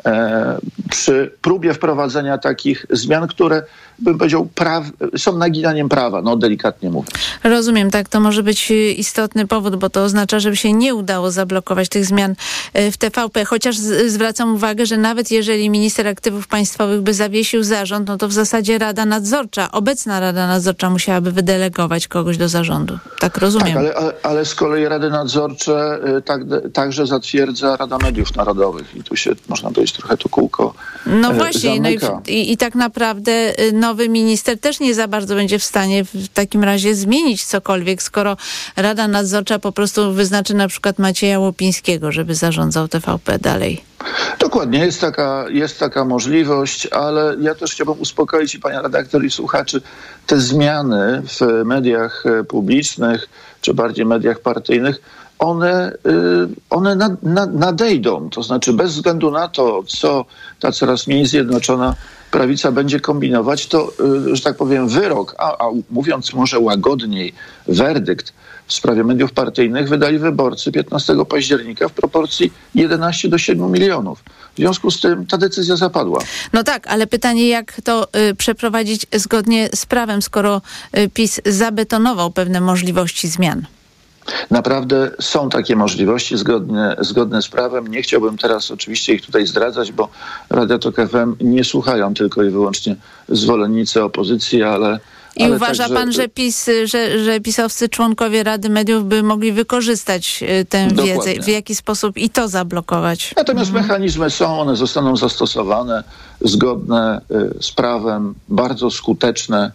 e, przy próbie wprowadzenia takich zmian, które bym powiedział, praw, są naginaniem prawa, no delikatnie mówiąc. Rozumiem, tak, to może być istotny powód, bo to oznacza, żeby się nie udało zablokować tych zmian w T V P, chociaż z, zwracam uwagę, że nawet jeżeli minister aktywów państwowych by zawiesił zarząd, no to w zasadzie Rada Nadzorcza, obecna Rada Nadzorcza musiałaby wydelegować kogoś do zarządu. Tak rozumiem. Tak, ale, ale, ale z kolei Rady Nadzorcze tak, także zatwierdza Rada Mediów Narodowych i tu się, można powiedzieć, trochę to kółko No właśnie, no i, i, i tak naprawdę nowy minister też nie za bardzo będzie w stanie w takim razie zmienić cokolwiek, skoro Rada Nadzorcza po prostu wyznaczy na przykład Macieja Łopińskiego, żeby zarządzał T V P dalej. Dokładnie, jest taka, jest taka możliwość, ale ja też chciałbym uspokoić i panią redaktor i słuchaczy. Te zmiany w mediach publicznych, czy bardziej mediach partyjnych, one, one nad, nad, nadejdą. To znaczy bez względu na to, co ta coraz mniej zjednoczona prawica będzie kombinować, to, że tak powiem, wyrok, a, a mówiąc może łagodniej, werdykt w sprawie mediów partyjnych wydali wyborcy piętnastego października w proporcji jedenaście do siedmiu milionów. W związku z tym ta decyzja zapadła. No tak, ale pytanie, jak to y, przeprowadzić zgodnie z prawem, skoro y, PiS zabetonował pewne możliwości zmian? Naprawdę są takie możliwości zgodne, zgodne z prawem. Nie chciałbym teraz oczywiście ich tutaj zdradzać, bo Radia Tok F M nie słuchają tylko i wyłącznie zwolennicy opozycji, ale I ale uważa także... pan, że PiS, że, że pisowscy członkowie Rady Mediów by mogli wykorzystać tę Dokładnie. wiedzę, w jaki sposób i to zablokować? Natomiast mhm. mechanizmy są, one zostaną zastosowane, zgodne z prawem, bardzo skuteczne,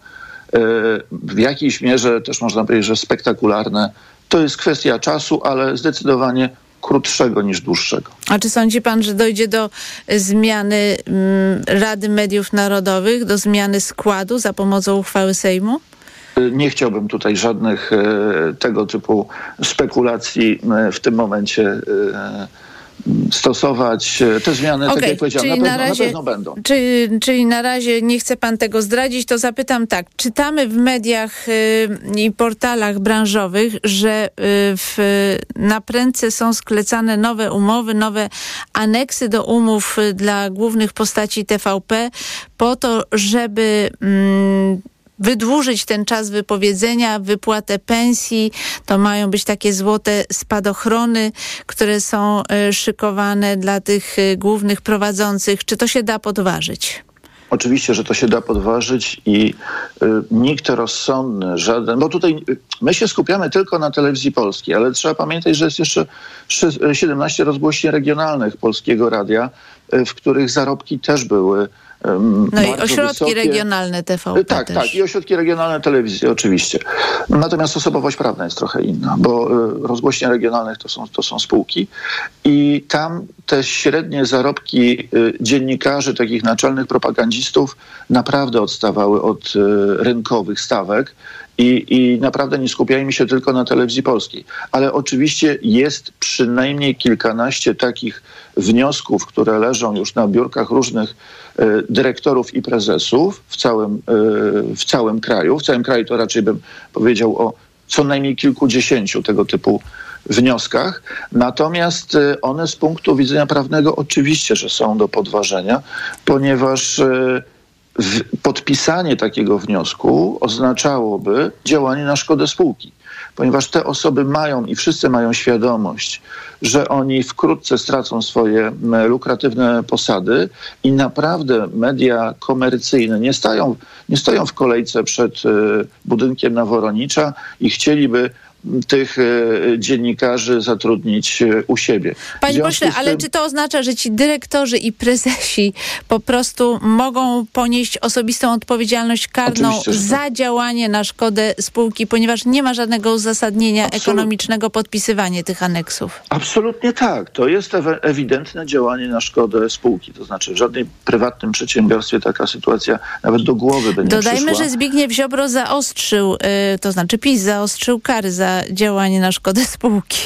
w jakiejś mierze też można powiedzieć, że spektakularne. To jest kwestia czasu, ale zdecydowanie krótszego niż dłuższego. A czy sądzi pan, że dojdzie do zmiany mm, Rady Mediów Narodowych, do zmiany składu za pomocą uchwały Sejmu? Nie chciałbym tutaj żadnych e, tego typu spekulacji e, w tym momencie e, stosować te zmiany, okay, tak jak powiedziałem, na pewno, na, razie, na pewno będą. Czy, czyli na razie nie chce pan tego zdradzić, to zapytam tak. Czytamy w mediach y, i portalach branżowych, że y, w, na prędce są sklecane nowe umowy, nowe aneksy do umów y, dla głównych postaci T V P po to, żeby mm, wydłużyć ten czas wypowiedzenia, wypłatę pensji. To mają być takie złote spadochrony, które są y, szykowane dla tych y, głównych prowadzących. Czy to się da podważyć? Oczywiście, że to się da podważyć i y, nikt rozsądny, żaden, bo tutaj y, my się skupiamy tylko na telewizji polskiej, ale trzeba pamiętać, że jest jeszcze siedemnaście rozgłośni regionalnych Polskiego Radia, y, w których zarobki też były No i ośrodki wysokie. regionalne T V P Tak, też. tak. I ośrodki regionalne telewizji oczywiście. Natomiast osobowość prawna jest trochę inna, bo rozgłośnie regionalnych to są, to są spółki i tam te średnie zarobki dziennikarzy, takich naczelnych propagandzistów naprawdę odstawały od rynkowych stawek. I, I naprawdę nie skupiajmy się tylko na telewizji polskiej. Ale oczywiście jest przynajmniej kilkanaście takich wniosków, które leżą już na biurkach różnych y, dyrektorów i prezesów w całym, y, w całym kraju. W całym kraju to raczej bym powiedział o co najmniej kilkudziesięciu tego typu wnioskach. Natomiast y, one z punktu widzenia prawnego oczywiście, że są do podważenia, ponieważ y, podpisanie takiego wniosku oznaczałoby działanie na szkodę spółki, ponieważ te osoby mają i wszyscy mają świadomość, że oni wkrótce stracą swoje lukratywne posady i naprawdę media komercyjne nie stoją, nie stoją w kolejce przed budynkiem na Woronicza i chcieliby tych e, dziennikarzy zatrudnić e, u siebie. Panie pośle, ale tym... czy to oznacza, że ci dyrektorzy i prezesi po prostu mogą ponieść osobistą odpowiedzialność karną za działanie na szkodę spółki, ponieważ nie ma żadnego uzasadnienia Absolut... ekonomicznego podpisywanie tych aneksów? Absolutnie tak. To jest ew- ewidentne działanie na szkodę spółki. To znaczy w żadnym prywatnym przedsiębiorstwie taka sytuacja nawet do głowy by nie Dodajmy, przyszła. że Zbigniew Ziobro zaostrzył, yy, to znaczy PiS zaostrzył kary za działanie na szkodę spółki.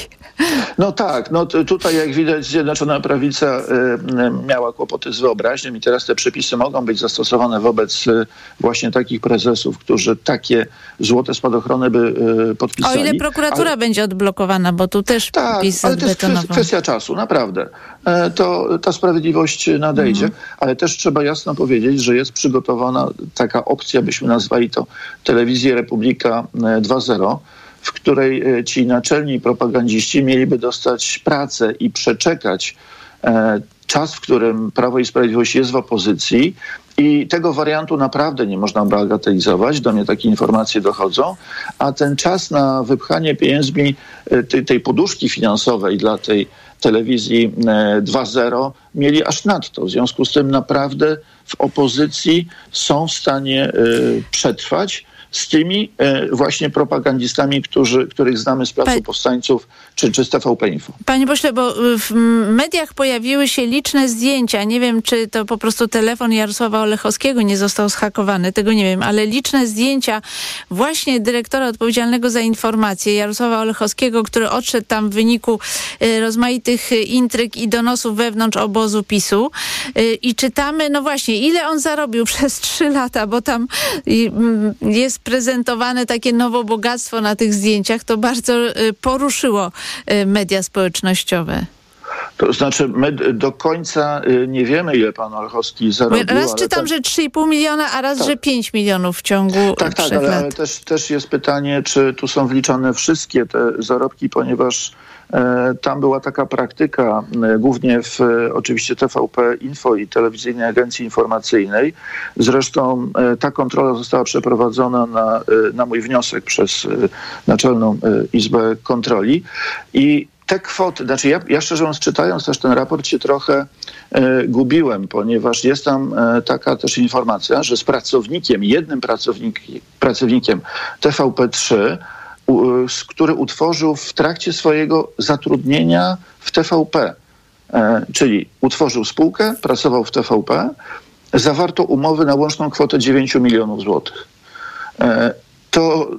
No tak, no t- tutaj jak widać Zjednoczona Prawica y, miała kłopoty z wyobraźnią i teraz te przepisy mogą być zastosowane wobec y, właśnie takich prezesów, którzy takie złote spadochrony by y, podpisali. O ile prokuratura ale... będzie odblokowana, bo tu też tak, PiS ale to jest zbetonował. kwestia czasu, naprawdę. E, to ta sprawiedliwość nadejdzie, mhm. ale też trzeba jasno powiedzieć, że jest przygotowana taka opcja, byśmy nazwali to Telewizję Republika dwa zero, w której ci naczelni propagandziści mieliby dostać pracę i przeczekać e, czas, w którym Prawo i Sprawiedliwość jest w opozycji i tego wariantu naprawdę nie można bagatelizować. Do mnie takie informacje dochodzą, a ten czas na wypchanie pieniędzmi tej, tej poduszki finansowej dla tej telewizji dwa zero mieli aż nadto. W związku z tym naprawdę w opozycji są w stanie y, przetrwać z tymi e, właśnie propagandistami, którzy, których znamy z Placu pa... Powstańców czy, czy z T V P Info. Panie pośle, bo w mediach pojawiły się liczne zdjęcia. Nie wiem, czy to po prostu telefon Jarosława Olechowskiego nie został zhakowany, tego nie wiem, ale liczne zdjęcia właśnie dyrektora odpowiedzialnego za informacje Jarosława Olechowskiego, który odszedł tam w wyniku e, rozmaitych intryg i donosów wewnątrz obozu PiSu. E, I czytamy, no właśnie, ile on zarobił przez trzy lata, bo tam i, m, jest prezentowane takie nowo bogactwo na tych zdjęciach, to bardzo poruszyło media społecznościowe. To znaczy, my do końca nie wiemy, ile pan Olechowski zarobił. Raz czytam, tak, że trzy i pół miliona, a raz, tak, że pięć milionów w ciągu tak, trzech tak, ale, lat. ale też, też jest pytanie, czy tu są wliczane wszystkie te zarobki, ponieważ e, tam była taka praktyka, e, głównie w e, oczywiście T V P Info i Telewizyjnej Agencji Informacyjnej. Zresztą e, ta kontrola została przeprowadzona na, e, na mój wniosek przez e, Naczelną e, Izbę Kontroli i te kwoty, znaczy ja, ja szczerze mówiąc, czytając też ten raport się trochę e, gubiłem, ponieważ jest tam e, taka też informacja, że z pracownikiem, jednym pracownik, pracownikiem T V P trzy, u, z, który utworzył w trakcie swojego zatrudnienia w T V P, e, czyli utworzył spółkę, pracował w T V P, zawarto umowy na łączną kwotę dziewięć milionów złotych. E, to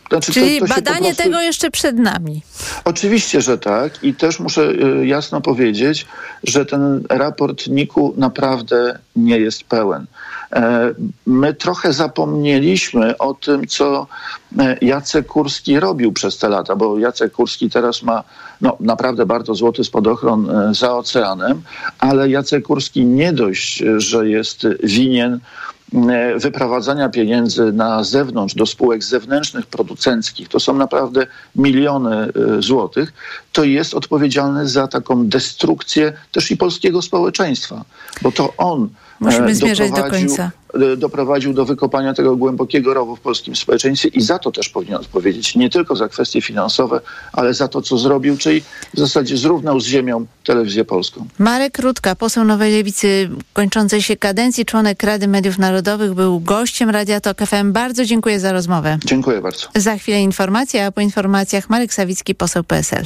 Znaczy, Czyli to, to badanie prostu... tego jeszcze przed nami. Oczywiście, że tak. I też muszę jasno powiedzieć, że ten raport N I K U naprawdę nie jest pełen. My trochę zapomnieliśmy o tym, co Jacek Kurski robił przez te lata, bo Jacek Kurski teraz ma no, naprawdę bardzo złoty spadochron za oceanem, ale Jacek Kurski nie dość, że jest winien wyprowadzania pieniędzy na zewnątrz, do spółek zewnętrznych, producenckich, to są naprawdę miliony złotych, to jest odpowiedzialny za taką destrukcję też i polskiego społeczeństwa, bo to on Musimy zmierzać do końca. doprowadził do wykopania tego głębokiego rowu w polskim społeczeństwie i za to też powinien odpowiedzieć. Nie tylko za kwestie finansowe, ale za to, co zrobił, czyli w zasadzie zrównał z ziemią telewizję polską. Marek Rutka, poseł Nowej Lewicy kończącej się kadencji, członek Rady Mediów Narodowych, był gościem Radia Tok F M. Bardzo dziękuję za rozmowę. Dziękuję bardzo. Za chwilę informacja, a po informacjach Marek Sawicki, poseł P S L.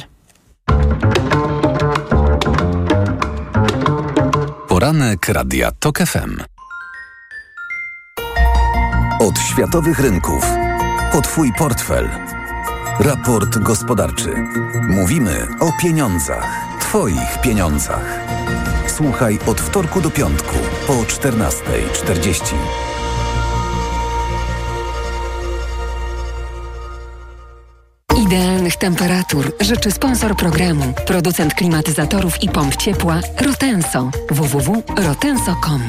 Poranek Radia Tok F M. Od światowych rynków po Twój portfel. Raport gospodarczy. Mówimy o pieniądzach. Twoich pieniądzach. Słuchaj od wtorku do piątku po czternasta czterdzieści. Idealnych temperatur życzy sponsor programu, producent klimatyzatorów i pomp ciepła Rotenso. w w w kropka rotenso kropka com.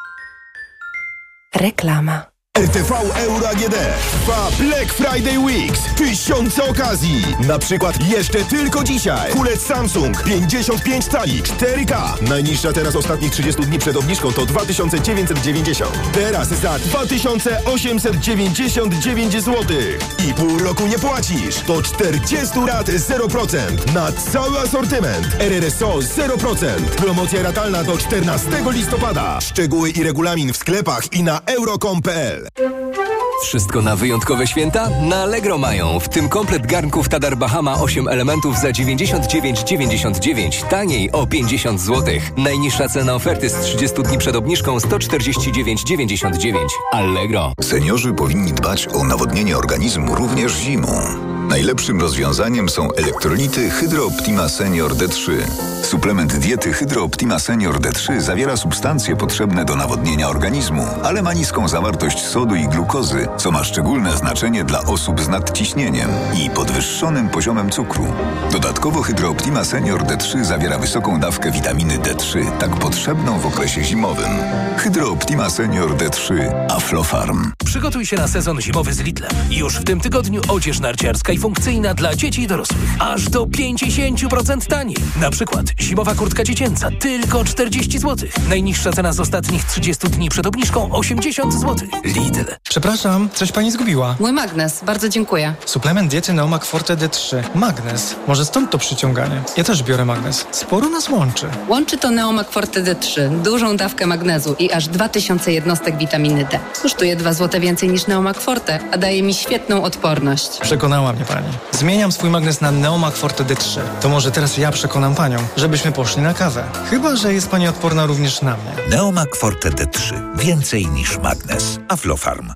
Reklama. R T V Euro A G D trwa Black Friday Weeks. Tysiące okazji. Na przykład jeszcze tylko dzisiaj Q L E D Samsung pięćdziesiąt pięć cali cztery K. Najniższa teraz ostatnich trzydziestu dni przed obniżką to dwa tysiące dziewięćset dziewięćdziesiąt. Teraz za dwa tysiące osiemset dziewięćdziesiąt dziewięć złotych. I pół roku nie płacisz. To czterdzieści rat zero procent na cały asortyment. R R S O zero procent. Promocja ratalna do czternastego listopada. Szczegóły i regulamin w sklepach i na euro kropka com kropka p l. Wszystko na wyjątkowe święta? Na Allegro mają. W tym komplet garnków Tadar Bahama osiem elementów za dziewięćdziesiąt dziewięć dziewięćdziesiąt dziewięć. Taniej o pięćdziesiąt złotych. Najniższa cena oferty z trzydziestu dni przed obniżką sto czterdzieści dziewięć dziewięćdziesiąt dziewięć. Allegro. Seniorzy powinni dbać o nawodnienie organizmu również zimą. Najlepszym rozwiązaniem są elektrolity Hydro Optima Senior D trzy. Suplement diety Hydro Optima Senior D trzy zawiera substancje potrzebne do nawodnienia organizmu, ale ma niską zawartość sodu i glukozy, co ma szczególne znaczenie dla osób z nadciśnieniem i podwyższonym poziomem cukru. Dodatkowo Hydro Optima Senior D trzy zawiera wysoką dawkę witaminy D trzy, tak potrzebną w okresie zimowym. Hydro Optima Senior D trzy Aflofarm. Przygotuj się na sezon zimowy z Lidlem. Już w tym tygodniu odzież narciarska i funkcyjna dla dzieci i dorosłych. Aż do pięćdziesiąt procent taniej. Na przykład zimowa kurtka dziecięca tylko czterdzieści złotych. Najniższa cena z ostatnich trzydziestu dni przed obniżką osiemdziesiąt złotych. Lidl. Przepraszam, coś pani zgubiła. Mój magnes, bardzo dziękuję. Suplement diety Neomak Forte D trzy. Magnes. Może stąd to przyciąganie. Ja też biorę magnes. Sporo nas łączy. Łączy to Neomak Forte D trzy. Dużą dawkę magnezu i aż dwa tysiące jednostek witaminy D. Kosztuje dwa złote więcej niż Neomak Forte, a daje mi świetną odporność. Przekonała mnie pani. Zmieniam swój magnes na Neomak Forte D trzy. To może teraz ja przekonam panią, żebyśmy poszli na kawę. Chyba że jest pani odporna również na mnie. Neomak Forte D trzy. Więcej niż magnes. Aflofarm.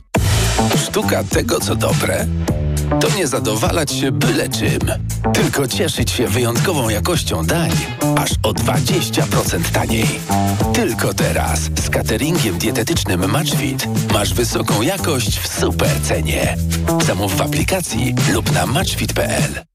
Sztuka tego, co dobre, to nie zadowalać się byle czym, tylko cieszyć się wyjątkową jakością dań, aż o dwadzieścia procent taniej. Tylko teraz z cateringiem dietetycznym Matchfit masz wysoką jakość w super cenie. Zamów w aplikacji lub na matchfit kropka p l.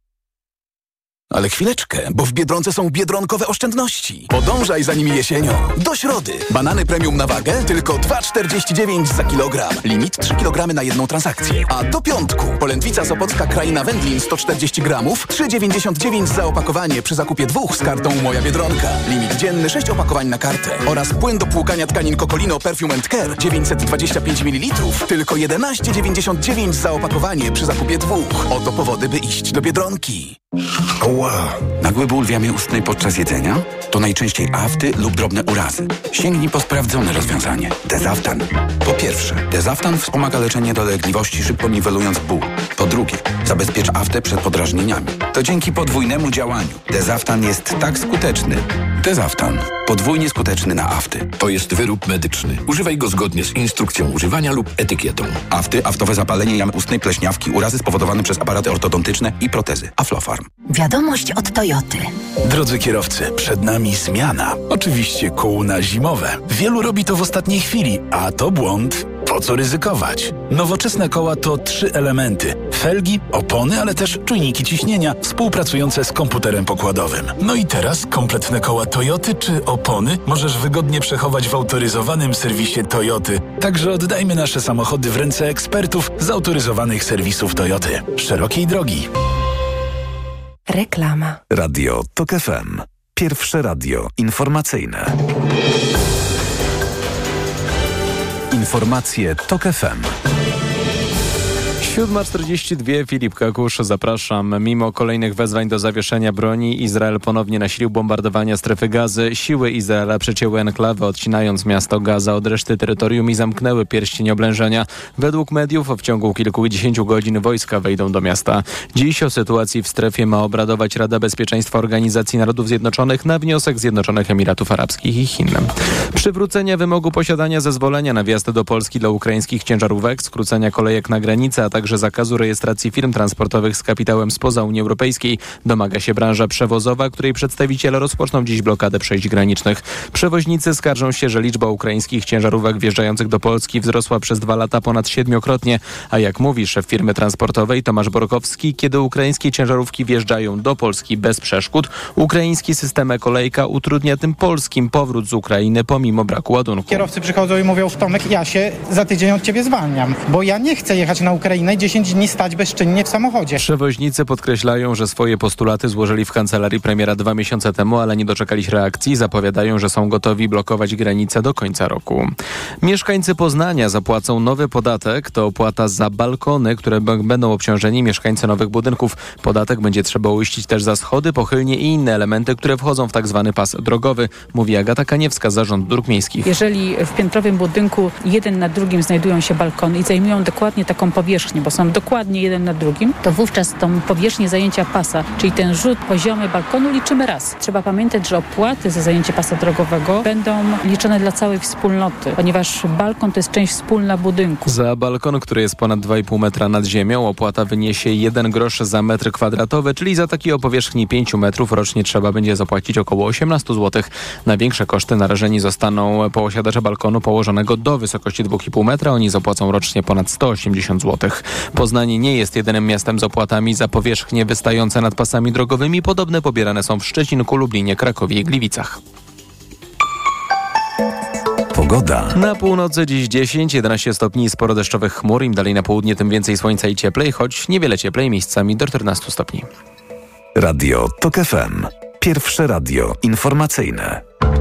Ale chwileczkę, bo w Biedronce są biedronkowe oszczędności. Podążaj za nimi jesienią. Do środy. Banany premium na wagę tylko dwa czterdzieści dziewięć za kilogram. Limit trzy kilogramy na jedną transakcję. A do piątku polędwica Sopocka Kraina Wędlin sto czterdzieści gramów, trzy dziewięćdziesiąt dziewięć za opakowanie przy zakupie dwóch z kartą Moja Biedronka. Limit dzienny sześć opakowań na kartę. Oraz płyn do płukania tkanin Cocolino Perfume and Care dziewięćset dwadzieścia pięć mililitrów. Tylko jedenaście dziewięćdziesiąt dziewięć za opakowanie przy zakupie dwóch. Oto powody, by iść do Biedronki. Ała! Nagły ból w jamie ustnej podczas jedzenia? To najczęściej afty lub drobne urazy. Sięgnij po sprawdzone rozwiązanie. Dezaftan. Po pierwsze, Dezaftan wspomaga leczenie dolegliwości, szybko niwelując ból. Po Po drugie, zabezpiecz aftę przed podrażnieniami. To dzięki podwójnemu działaniu. Dezaftan jest tak skuteczny. Dezaftan. Podwójnie skuteczny na afty. To jest wyrób medyczny. Używaj go zgodnie z instrukcją używania lub etykietą. Afty, aftowe zapalenie jamy ustnej, pleśniawki, urazy spowodowane przez aparaty ortodontyczne i protezy. Aflofarm. Wiadomość od Toyoty. Drodzy kierowcy, przed nami zmiana. Oczywiście kół na zimowe. Wielu robi to w ostatniej chwili, a to błąd. Po co ryzykować? Nowoczesne koła to trzy elementy. Felgi, opony, ale też czujniki ciśnienia współpracujące z komputerem pokładowym. No i teraz kompletne koła Toyoty czy opony możesz wygodnie przechować w autoryzowanym serwisie Toyoty. Także oddajmy nasze samochody w ręce ekspertów z autoryzowanych serwisów Toyoty. Szerokiej drogi. Reklama. Radio TOK F M. Pierwsze radio informacyjne. Informacje TOK F M. siódma czterdzieści dwa, Filip Kakusz, zapraszam. Mimo kolejnych wezwań do zawieszenia broni, Izrael ponownie nasilił bombardowania strefy Gazy. Siły Izraela przecięły enklawę, odcinając miasto Gaza od reszty terytorium i zamknęły pierścień oblężenia. Według mediów w ciągu kilkudziesięciu godzin wojska wejdą do miasta. Dziś o sytuacji w strefie ma obradować Rada Bezpieczeństwa Organizacji Narodów Zjednoczonych na wniosek Zjednoczonych Emiratów Arabskich i Chin. Przywrócenia wymogu posiadania zezwolenia na wjazd do Polski dla ukraińskich ciężarówek, skrócenia kolejek na granicę, a także Także zakazu rejestracji firm transportowych z kapitałem spoza Unii Europejskiej domaga się branża przewozowa, której przedstawiciele rozpoczną dziś blokadę przejść granicznych. Przewoźnicy skarżą się, że liczba ukraińskich ciężarówek wjeżdżających do Polski wzrosła przez dwa lata ponad siedmiokrotnie, a jak mówi szef firmy transportowej Tomasz Borkowski, kiedy ukraińskie ciężarówki wjeżdżają do Polski bez przeszkód, ukraiński system e-kolejka utrudnia tym polskim powrót z Ukrainy pomimo braku ładunku. Kierowcy przychodzą i mówią: Tomek, ja się za tydzień od ciebie zwalniam, bo ja nie chcę jechać na Ukrainę dziesięć dni stać bezczynnie w samochodzie. Przewoźnicy podkreślają, że swoje postulaty złożyli w kancelarii premiera dwa miesiące temu, ale nie doczekali się reakcji. Zapowiadają, że są gotowi blokować granice do końca roku. Mieszkańcy Poznania zapłacą nowy podatek. To opłata za balkony, które b- będą obciążeni mieszkańcy nowych budynków. Podatek będzie trzeba uiścić też za schody, pochylnie i inne elementy, które wchodzą w tak zwany pas drogowy, mówi Agata Kaniewska, Zarząd Dróg Miejskich. Jeżeli w piętrowym budynku jeden nad drugim znajdują się balkony i zajmują dokładnie taką powierzchnię, bo są dokładnie jeden nad drugim, to wówczas tą powierzchnię zajęcia pasa, czyli ten rzut poziomy balkonu liczymy raz. Trzeba pamiętać, że opłaty za zajęcie pasa drogowego będą liczone dla całej wspólnoty, ponieważ balkon to jest część wspólna budynku. Za balkon, który jest ponad dwa i pół metra nad ziemią, opłata wyniesie jeden grosz za metr kwadratowy, czyli za taki o powierzchni pięciu metrów rocznie trzeba będzie zapłacić około osiemnaście złotych. Na większe koszty narażeni zostaną posiadacze balkonu położonego do wysokości dwa i pół metra. Oni zapłacą rocznie ponad sto osiemdziesiąt złotych. Poznań nie jest jedynym miastem z opłatami za powierzchnie wystające nad pasami drogowymi. Podobne pobierane są w Szczecinku, Lublinie, Krakowie i Gliwicach. Pogoda. Na północy dziś dziesięć jedenaście stopni, sporo deszczowych chmur. Im dalej na południe, tym więcej słońca i cieplej, choć niewiele cieplej, miejscami do czternastu stopni. Radio TOK F M. Pierwsze radio informacyjne.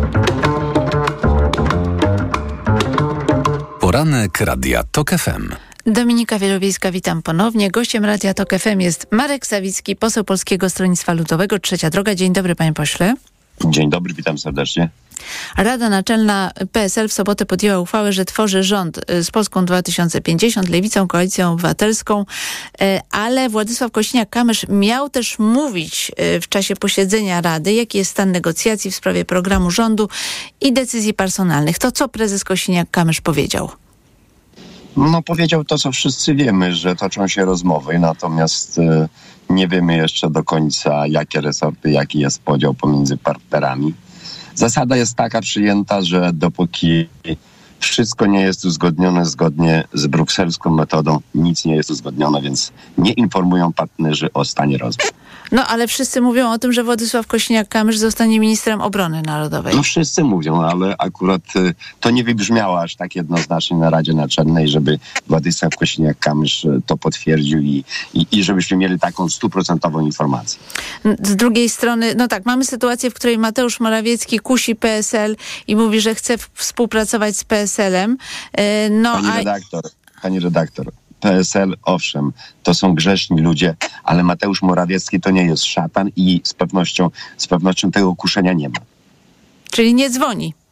Poranek Radia TOK F M. Dominika Wielowiejska, witam ponownie. Gościem Radia TOK F M jest Marek Sawicki, poseł Polskiego Stronnictwa Ludowego, Trzecia Droga. Dzień dobry, panie pośle. Dzień dobry, witam serdecznie. Rada Naczelna P S L w sobotę podjęła uchwałę, że tworzy rząd z Polską dwa tysiące pięćdziesiąt, Lewicą, Koalicją Obywatelską, ale Władysław Kosiniak-Kamysz miał też mówić w czasie posiedzenia Rady, jaki jest stan negocjacji w sprawie programu rządu i decyzji personalnych. To co prezes Kosiniak-Kamysz powiedział? No powiedział to, co wszyscy wiemy, że toczą się rozmowy, natomiast y, nie wiemy jeszcze do końca, jakie resorty, jaki jest podział pomiędzy partnerami. Zasada jest taka przyjęta, że dopóki wszystko nie jest uzgodnione zgodnie z brukselską metodą, nic nie jest uzgodnione, więc nie informują partnerzy o stanie rozmów. No ale wszyscy mówią o tym, że Władysław Kosiniak-Kamysz zostanie ministrem obrony narodowej. No wszyscy mówią, ale akurat y, to nie wybrzmiało aż tak jednoznacznie na Radzie Naczelnej, żeby Władysław Kosiniak-Kamysz y, to potwierdził i, i, i żebyśmy mieli taką stuprocentową informację. Z drugiej strony, no tak, mamy sytuację, w której Mateusz Morawiecki kusi P S L i mówi, że chce współpracować z P S L-em. Y, no, Pani a... redaktor, pani redaktor. P S L, owszem, to są grzeszni ludzie, ale Mateusz Morawiecki to nie jest szatan i z pewnością, z pewnością tego kuszenia nie ma. Czyli nie dzwoni?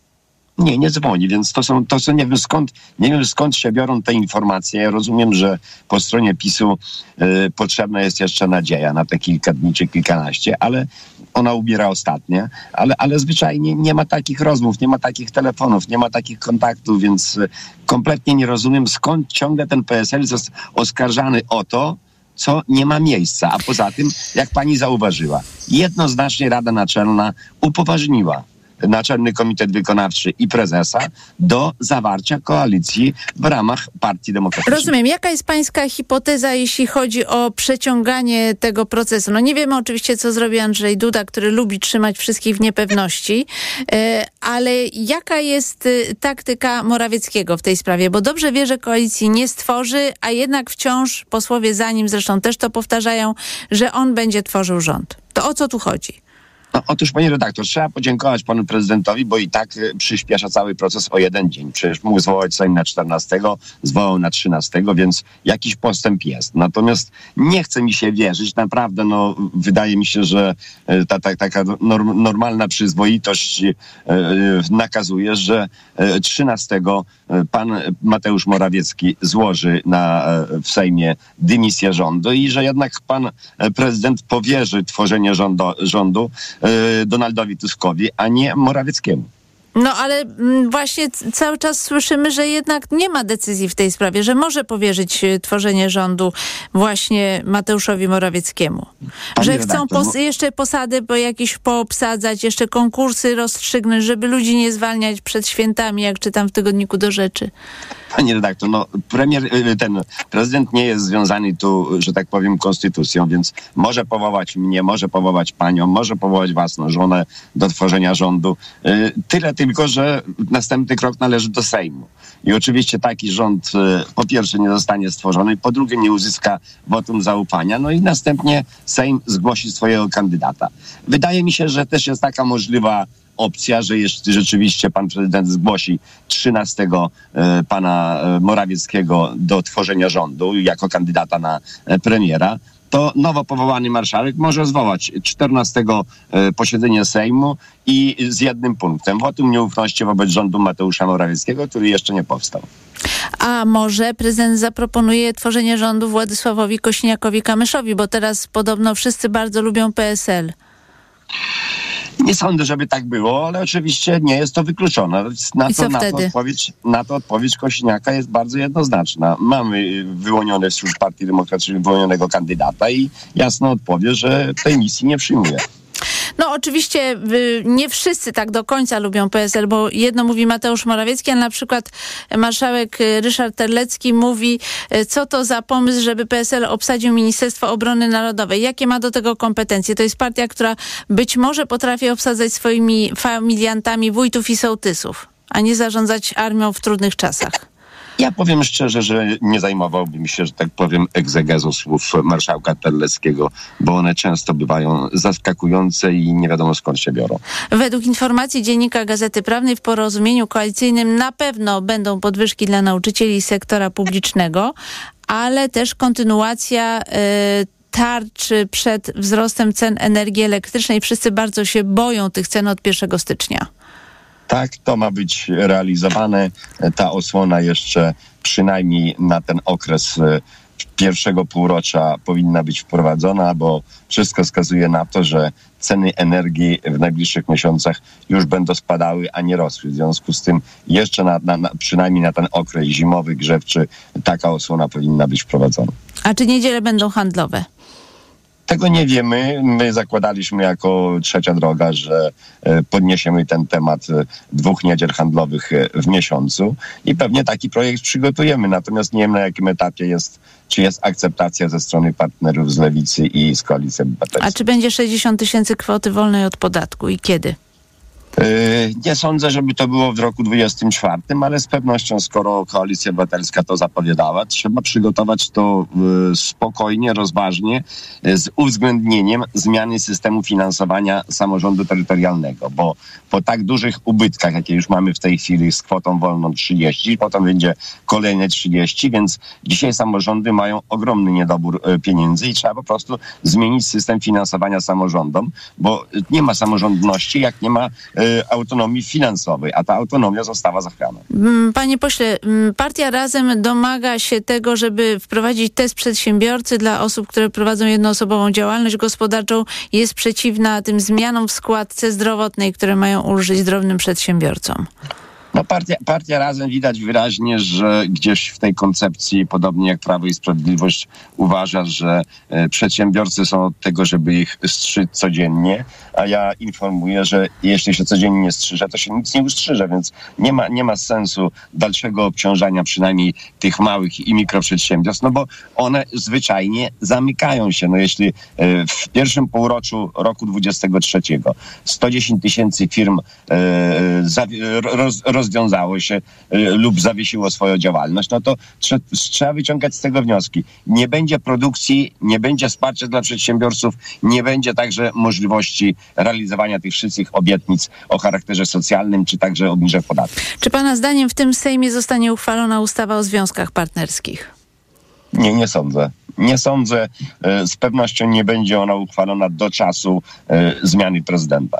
Nie, nie dzwoni, więc to są, to są nie wiem skąd, nie wiem skąd się biorą te informacje. Ja rozumiem, że po stronie PiSu y, potrzebna jest jeszcze nadzieja na te kilka dni czy kilkanaście, ale ona ubiera ostatnie, ale, ale zwyczajnie nie ma takich rozmów, nie ma takich telefonów, nie ma takich kontaktów, więc y, kompletnie nie rozumiem, skąd ciągle ten P S L jest oskarżany o to, co nie ma miejsca. A poza tym, jak pani zauważyła, jednoznacznie Rada Naczelna upoważniła Naczelny Komitet Wykonawczy i prezesa do zawarcia koalicji w ramach Partii Demokratycznej. Rozumiem. Jaka jest pańska hipoteza, jeśli chodzi o przeciąganie tego procesu? No nie wiemy oczywiście, co zrobi Andrzej Duda, który lubi trzymać wszystkich w niepewności, ale jaka jest taktyka Morawieckiego w tej sprawie? Bo dobrze wie, że koalicji nie stworzy, a jednak wciąż posłowie za nim zresztą też to powtarzają, że on będzie tworzył rząd. To o co tu chodzi? No, otóż, panie redaktor, trzeba podziękować panu prezydentowi, bo i tak y, przyspiesza cały proces o jeden dzień. Przecież mógł zwołać Sejm na czternastego, zwołał na trzynastego, więc jakiś postęp jest. Natomiast nie chce mi się wierzyć, naprawdę, no, wydaje mi się, że y, ta, ta, taka norm, normalna przyzwoitość y, y, nakazuje, że y, trzynastego y, pan Mateusz Morawiecki złoży na, y, w Sejmie dymisję rządu i że jednak pan y, prezydent powierzy tworzenie rządu, rządu Donaldowi Tuskowi, a nie Morawieckiemu. No ale właśnie cały czas słyszymy, że jednak nie ma decyzji w tej sprawie, że może powierzyć tworzenie rządu właśnie Mateuszowi Morawieckiemu. Panie że chcą redaktor, pos- jeszcze posady bo jakieś poobsadzać, jeszcze konkursy rozstrzygnąć, żeby ludzi nie zwalniać przed świętami, jak czytam w tygodniku Do Rzeczy. Panie redaktor, no premier, ten prezydent nie jest związany tu, że tak powiem, konstytucją, więc może powołać mnie, może powołać panią, może powołać własną żonę do tworzenia rządu. Tyle tylko, że następny krok należy do Sejmu. I oczywiście taki rząd po pierwsze nie zostanie stworzony, po drugie nie uzyska wotum zaufania, no i następnie Sejm zgłosi swojego kandydata. Wydaje mi się, że też jest taka możliwa opcja, że jeśli rzeczywiście pan prezydent zgłosi trzynastego e, pana Morawieckiego do tworzenia rządu jako kandydata na e, premiera, to nowo powołany marszałek może zwołać czternastego e, posiedzenie Sejmu i z jednym punktem: wotum nieufności wobec rządu Mateusza Morawieckiego, który jeszcze nie powstał. A może prezydent zaproponuje tworzenie rządu Władysławowi Kosiniakowi-Kamyszowi, bo teraz podobno wszyscy bardzo lubią P S L. Nie sądzę, żeby tak było, ale oczywiście nie jest to wykluczone. Na I to, co na wtedy? To odpowiedź, na to odpowiedź Kosiniaka jest bardzo jednoznaczna. Mamy wyłonione wśród Partii Demokratycznej wyłonionego kandydata i jasno odpowie, że tej misji nie przyjmuje. No oczywiście nie wszyscy tak do końca lubią P S L, bo jedno mówi Mateusz Morawiecki, a na przykład marszałek Ryszard Terlecki mówi, co to za pomysł, żeby P S L obsadził Ministerstwo Obrony Narodowej. Jakie ma do tego kompetencje? To jest partia, która być może potrafi obsadzać swoimi familiantami wójtów i sołtysów, a nie zarządzać armią w trudnych czasach. Ja powiem szczerze, że nie zajmowałbym się, że tak powiem, egzegezą słów marszałka Terleckiego, bo one często bywają zaskakujące i nie wiadomo skąd się biorą. Według informacji dziennika Gazety Prawnej w porozumieniu koalicyjnym na pewno będą podwyżki dla nauczycieli sektora publicznego, ale też kontynuacja yy, tarczy przed wzrostem cen energii elektrycznej. Wszyscy bardzo się boją tych cen od pierwszego stycznia. Tak, to ma być realizowane. Ta osłona jeszcze przynajmniej na ten okres pierwszego półrocza powinna być wprowadzona, bo wszystko wskazuje na to, że ceny energii w najbliższych miesiącach już będą spadały, a nie rosły. W związku z tym jeszcze na, na, na, przynajmniej na ten okres zimowy, grzewczy, taka osłona powinna być wprowadzona. A czy niedziele będą handlowe? Tego nie wiemy. My zakładaliśmy jako Trzecia Droga, że podniesiemy ten temat dwóch niedziel handlowych w miesiącu i pewnie taki projekt przygotujemy. Natomiast nie wiem, na jakim etapie jest, czy jest akceptacja ze strony partnerów z Lewicy i z Koalicji Obywatelskiej. A czy będzie sześćdziesiąt tysięcy kwoty wolnej od podatku i kiedy? Nie sądzę, żeby to było w roku dwudziestym czwartym, ale z pewnością, skoro Koalicja Obywatelska to zapowiadała, trzeba przygotować to spokojnie, rozważnie, z uwzględnieniem zmiany systemu finansowania samorządu terytorialnego, bo po tak dużych ubytkach, jakie już mamy w tej chwili z kwotą wolną trzydzieści, potem będzie kolejne trzydzieści, więc dzisiaj samorządy mają ogromny niedobór pieniędzy i trzeba po prostu zmienić system finansowania samorządom, bo nie ma samorządności, jak nie ma autonomii finansowej, a ta autonomia została zachwiana. Panie pośle, partia Razem domaga się tego, żeby wprowadzić test przedsiębiorcy dla osób, które prowadzą jednoosobową działalność gospodarczą. Jest przeciwna tym zmianom w składce zdrowotnej, które mają ulżyć drobnym przedsiębiorcom. No partia, partia Razem widać wyraźnie, że gdzieś w tej koncepcji, podobnie jak Prawo i Sprawiedliwość, uważa, że e, przedsiębiorcy są od tego, żeby ich strzyć codziennie, a ja informuję, że jeśli się codziennie nie strzyże, to się nic nie ustrzyże, więc nie ma, nie ma sensu dalszego obciążania przynajmniej tych małych i mikroprzedsiębiorstw, no bo one zwyczajnie zamykają się. No jeśli e, w pierwszym półroczu roku dwudziestego trzeciego sto dziesięć tysięcy firm e, zawi- roz, roz rozwiązało się y, lub zawiesiło swoją działalność, no to trze- trzeba wyciągać z tego wnioski. Nie będzie produkcji, nie będzie wsparcia dla przedsiębiorców, nie będzie także możliwości realizowania tych wszystkich obietnic o charakterze socjalnym, czy także obniżek podatków. Czy pana zdaniem w tym Sejmie zostanie uchwalona ustawa o związkach partnerskich? Nie, nie sądzę. Nie sądzę. Y, z pewnością nie będzie ona uchwalona do czasu y, zmiany prezydenta.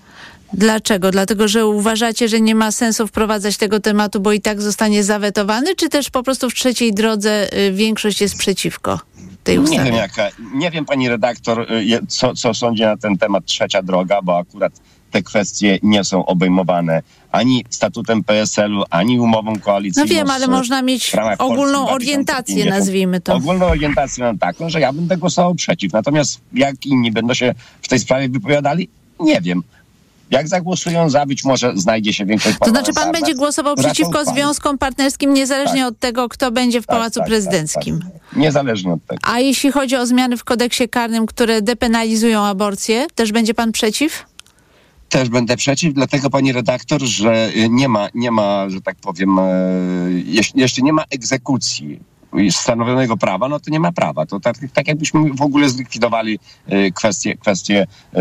Dlaczego? Dlatego, że uważacie, że nie ma sensu wprowadzać tego tematu, bo i tak zostanie zawetowany, czy też po prostu w trzeciej drodze y, większość jest przeciwko tej ustawie? Nie wiem, jaka, nie wiem pani redaktor, y, co, co sądzi na ten temat trzecia droga, bo akurat te kwestie nie są obejmowane ani statutem P S L u, ani umową koalicyjną. No wiem, ale z, można mieć ogólną orientację, nazwijmy to. Ogólną orientację mam taką, że ja będę głosował przeciw. Natomiast jak inni będą się w tej sprawie wypowiadali, nie wiem. Jak zagłosują za, być może znajdzie się większość parlamentarna. To znaczy pan będzie głosował przeciwko związkom partnerskim niezależnie tak. od tego, kto będzie w tak, Pałacu tak, Prezydenckim. Tak, tak. Niezależnie od tego. A jeśli chodzi o zmiany w kodeksie karnym, które depenalizują aborcję, też będzie pan przeciw? Też będę przeciw, dlatego pani redaktor, że nie ma, nie ma, że tak powiem, jeśli, jeśli nie ma egzekucji stanowionego prawa, no to nie ma prawa. To tak, tak jakbyśmy w ogóle zlikwidowali y, kwestię, kwestię y,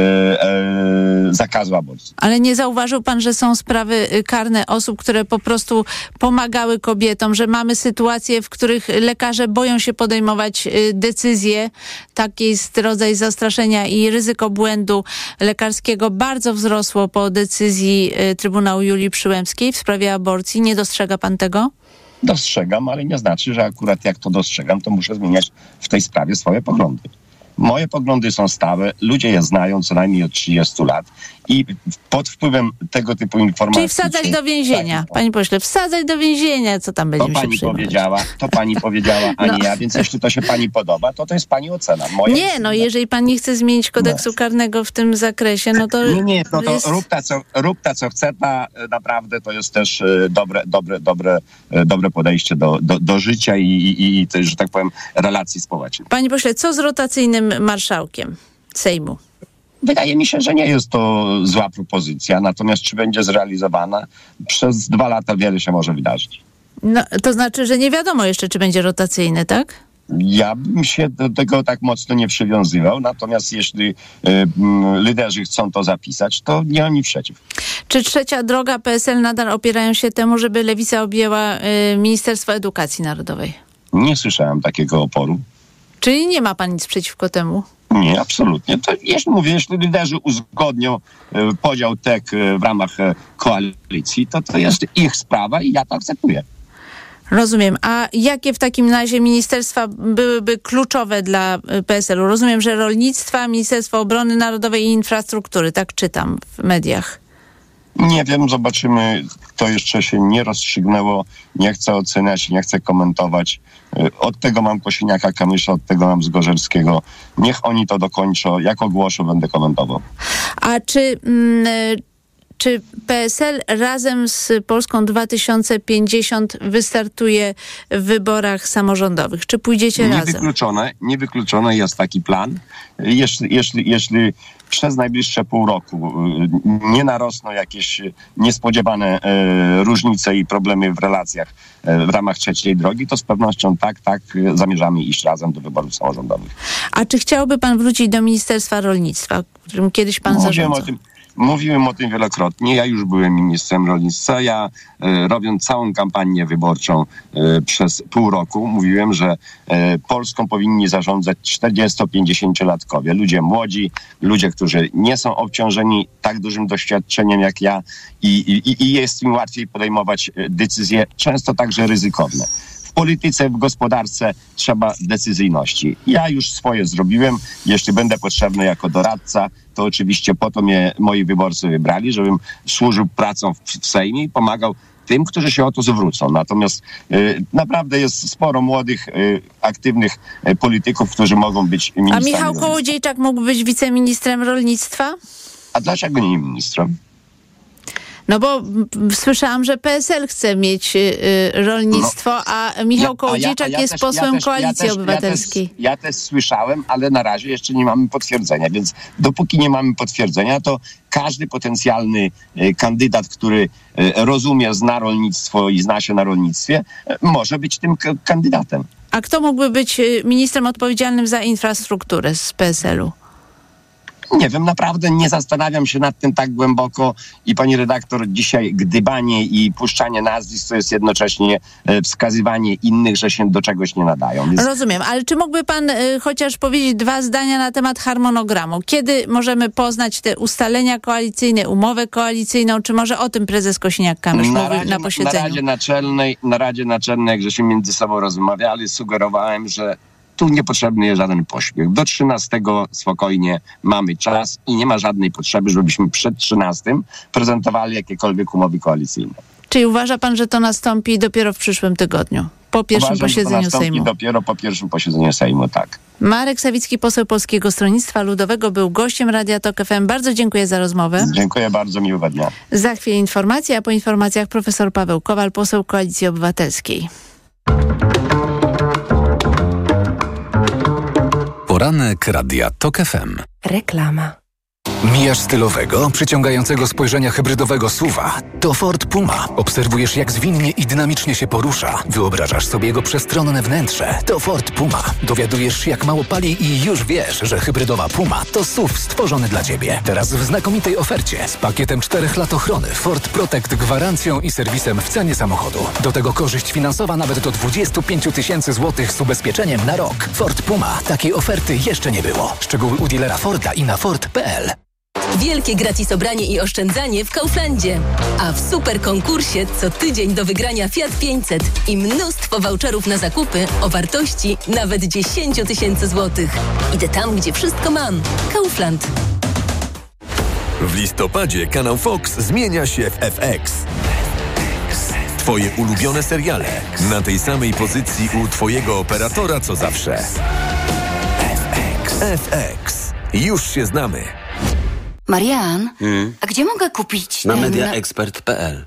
y, zakazu aborcji. Ale nie zauważył pan, że są sprawy karne osób, które po prostu pomagały kobietom, że mamy sytuacje, w których lekarze boją się podejmować y, decyzje. Taki jest rodzaj zastraszenia i ryzyko błędu lekarskiego bardzo wzrosło po decyzji y, Trybunału Julii Przyłębskiej w sprawie aborcji. Nie dostrzega pan tego? Dostrzegam, ale nie znaczy, że akurat jak to dostrzegam, to muszę zmieniać w tej sprawie swoje poglądy. Moje poglądy są stałe, ludzie je znają co najmniej od trzydziestu lat i pod wpływem tego typu informacji... Czyli wsadzać czy... do więzienia, tak, panie pośle, wsadzać do więzienia, co tam będziemy to pani się przyjmować. powiedziała, To pani powiedziała, a no. nie ja, więc jeśli to się pani podoba, to to jest pani ocena. Moja nie, ocena. No jeżeli pan nie chce zmienić kodeksu no. karnego w tym zakresie, no to... Nie, nie, no to jest... rób, ta, co, rób ta, co chce, ta naprawdę to jest też dobre, dobre, dobre, dobre podejście do, do, do życia i, i, i też, że tak powiem, relacji społecznych. Panie pośle, co z rotacyjnym marszałkiem Sejmu? Wydaje mi się, że nie jest to zła propozycja, natomiast czy będzie zrealizowana, przez dwa lata wiele się może wydarzyć. No, to znaczy, że nie wiadomo jeszcze, czy będzie rotacyjny, tak? Ja bym się do tego tak mocno nie przywiązywał, natomiast jeśli y, y, liderzy chcą to zapisać, to nie mam nic przeciw. Czy trzecia droga P S L nadal opierają się temu, żeby Lewica objęła y, Ministerstwo Edukacji Narodowej? Nie słyszałem takiego oporu. Czyli nie ma pan nic przeciwko temu? Nie, absolutnie. To jeśli mówię, jeśli liderzy uzgodnią y, podział T E K y, w ramach y, koalicji, to to jest ich sprawa i ja to akceptuję. Rozumiem. A jakie w takim razie ministerstwa byłyby kluczowe dla P S L u? Rozumiem, że rolnictwa, Ministerstwo Obrony Narodowej i Infrastruktury. Tak czytam w mediach. Nie wiem, zobaczymy. To jeszcze się nie rozstrzygnęło. Nie chcę oceniać, nie chcę komentować. Od tego mam Kosiniaka-Kamysza, od tego mam Zgorzelskiego. Niech oni to dokończą. Jak ogłoszą, będę komentował. A czy... Mm, Czy P S L razem z Polską dwa tysiące pięćdziesiąt wystartuje w wyborach samorządowych? Czy pójdziecie razem? Niewykluczone, niewykluczone jest taki plan. Jeśli, jeśli, jeśli przez najbliższe pół roku nie narosną jakieś niespodziewane e, różnice i problemy w relacjach e, w ramach trzeciej drogi, to z pewnością tak, tak zamierzamy iść razem do wyborów samorządowych. A czy chciałby pan wrócić do Ministerstwa Rolnictwa, którym kiedyś pan zarządzał? O tym, Mówiłem o tym wielokrotnie. Ja już byłem ministrem rolnictwa. Ja e, robiąc całą kampanię wyborczą e, przez pół roku mówiłem, że e, Polską powinni zarządzać czterdziesto-pięćdziesięciolatkowie. Ludzie młodzi, ludzie, którzy nie są obciążeni tak dużym doświadczeniem jak ja i, i, i jest im łatwiej podejmować decyzje, często także ryzykowne. W polityce, w gospodarce trzeba decyzyjności. Ja już swoje zrobiłem. Jeśli będę potrzebny jako doradca, to oczywiście po to mnie moi wyborcy wybrali, żebym służył pracą w, w Sejmie i pomagał tym, którzy się o to zwrócą. Natomiast y, naprawdę jest sporo młodych, y, aktywnych y, polityków, którzy mogą być ministrami. A Michał Kołodziejczak mógł być wiceministrem rolnictwa? A dlaczego nie ministrem? No bo słyszałam, że P S L chce mieć y, rolnictwo, no, a Michał ja, Kołodziejczak a ja, a ja jest też, posłem ja też, Koalicji ja też, Obywatelskiej. Ja też, ja też słyszałem, ale na razie jeszcze nie mamy potwierdzenia, więc dopóki nie mamy potwierdzenia, to każdy potencjalny y, kandydat, który y, rozumie, zna rolnictwo i zna się na rolnictwie, y, może być tym k- kandydatem. A kto mógłby być ministrem odpowiedzialnym za infrastrukturę z P S L u? Nie wiem, naprawdę nie zastanawiam się nad tym tak głęboko i pani redaktor, dzisiaj gdybanie i puszczanie nazwisk to jest jednocześnie wskazywanie innych, że się do czegoś nie nadają. Więc... Rozumiem, ale czy mógłby pan y, chociaż powiedzieć dwa zdania na temat harmonogramu? Kiedy możemy poznać te ustalenia koalicyjne, umowę koalicyjną, czy może o tym prezes Kosiniak-Kamysz na mówił razie, na posiedzeniu? Na Radzie Naczelnej, na Radzie Naczelnej, jak żeśmy między sobą rozmawiali, sugerowałem, że tu niepotrzebny jest żaden pośpiech. Do trzynastego spokojnie mamy czas i nie ma żadnej potrzeby, żebyśmy przed trzynastym prezentowali jakiekolwiek umowy koalicyjne. Czyli uważa pan, że to nastąpi dopiero w przyszłym tygodniu? Po pierwszym Uważam, posiedzeniu że to Sejmu? dopiero po pierwszym posiedzeniu Sejmu, tak. Marek Sawicki, poseł Polskiego Stronnictwa Ludowego, był gościem Radia Tok F M. Bardzo dziękuję za rozmowę. Dziękuję bardzo, miłego dnia. Za chwilę informacje, a po informacjach profesor Paweł Kowal, poseł Koalicji Obywatelskiej. Poranek Radia Tok F M. Reklama. Mijasz stylowego, przyciągającego spojrzenia hybrydowego suwa. To Ford Puma. Obserwujesz, jak zwinnie i dynamicznie się porusza. Wyobrażasz sobie jego przestronne wnętrze. To Ford Puma. Dowiadujesz się, jak mało pali i już wiesz, że hybrydowa Puma to S U V stworzony dla Ciebie. Teraz w znakomitej ofercie z pakietem czterech lat ochrony, Ford Protect, gwarancją i serwisem w cenie samochodu. Do tego korzyść finansowa nawet do dwadzieścia pięć tysięcy złotych z ubezpieczeniem na rok. Ford Puma. Takiej oferty jeszcze nie było. Szczegóły u dealera Forda i na Ford kropka p l. Wielkie gratis obranie i oszczędzanie w Kauflandzie. A w super konkursie co tydzień do wygrania Fiat pięćset i mnóstwo voucherów na zakupy o wartości nawet dziesięć tysięcy złotych. Idę tam, gdzie wszystko mam. Kaufland. W listopadzie kanał Fox zmienia się w F X. Twoje ulubione seriale na tej samej pozycji u Twojego operatora co zawsze. F X. Już się znamy. Marian, Hmm? a gdzie mogę kupić Na ten... mediaexpert kropka p l.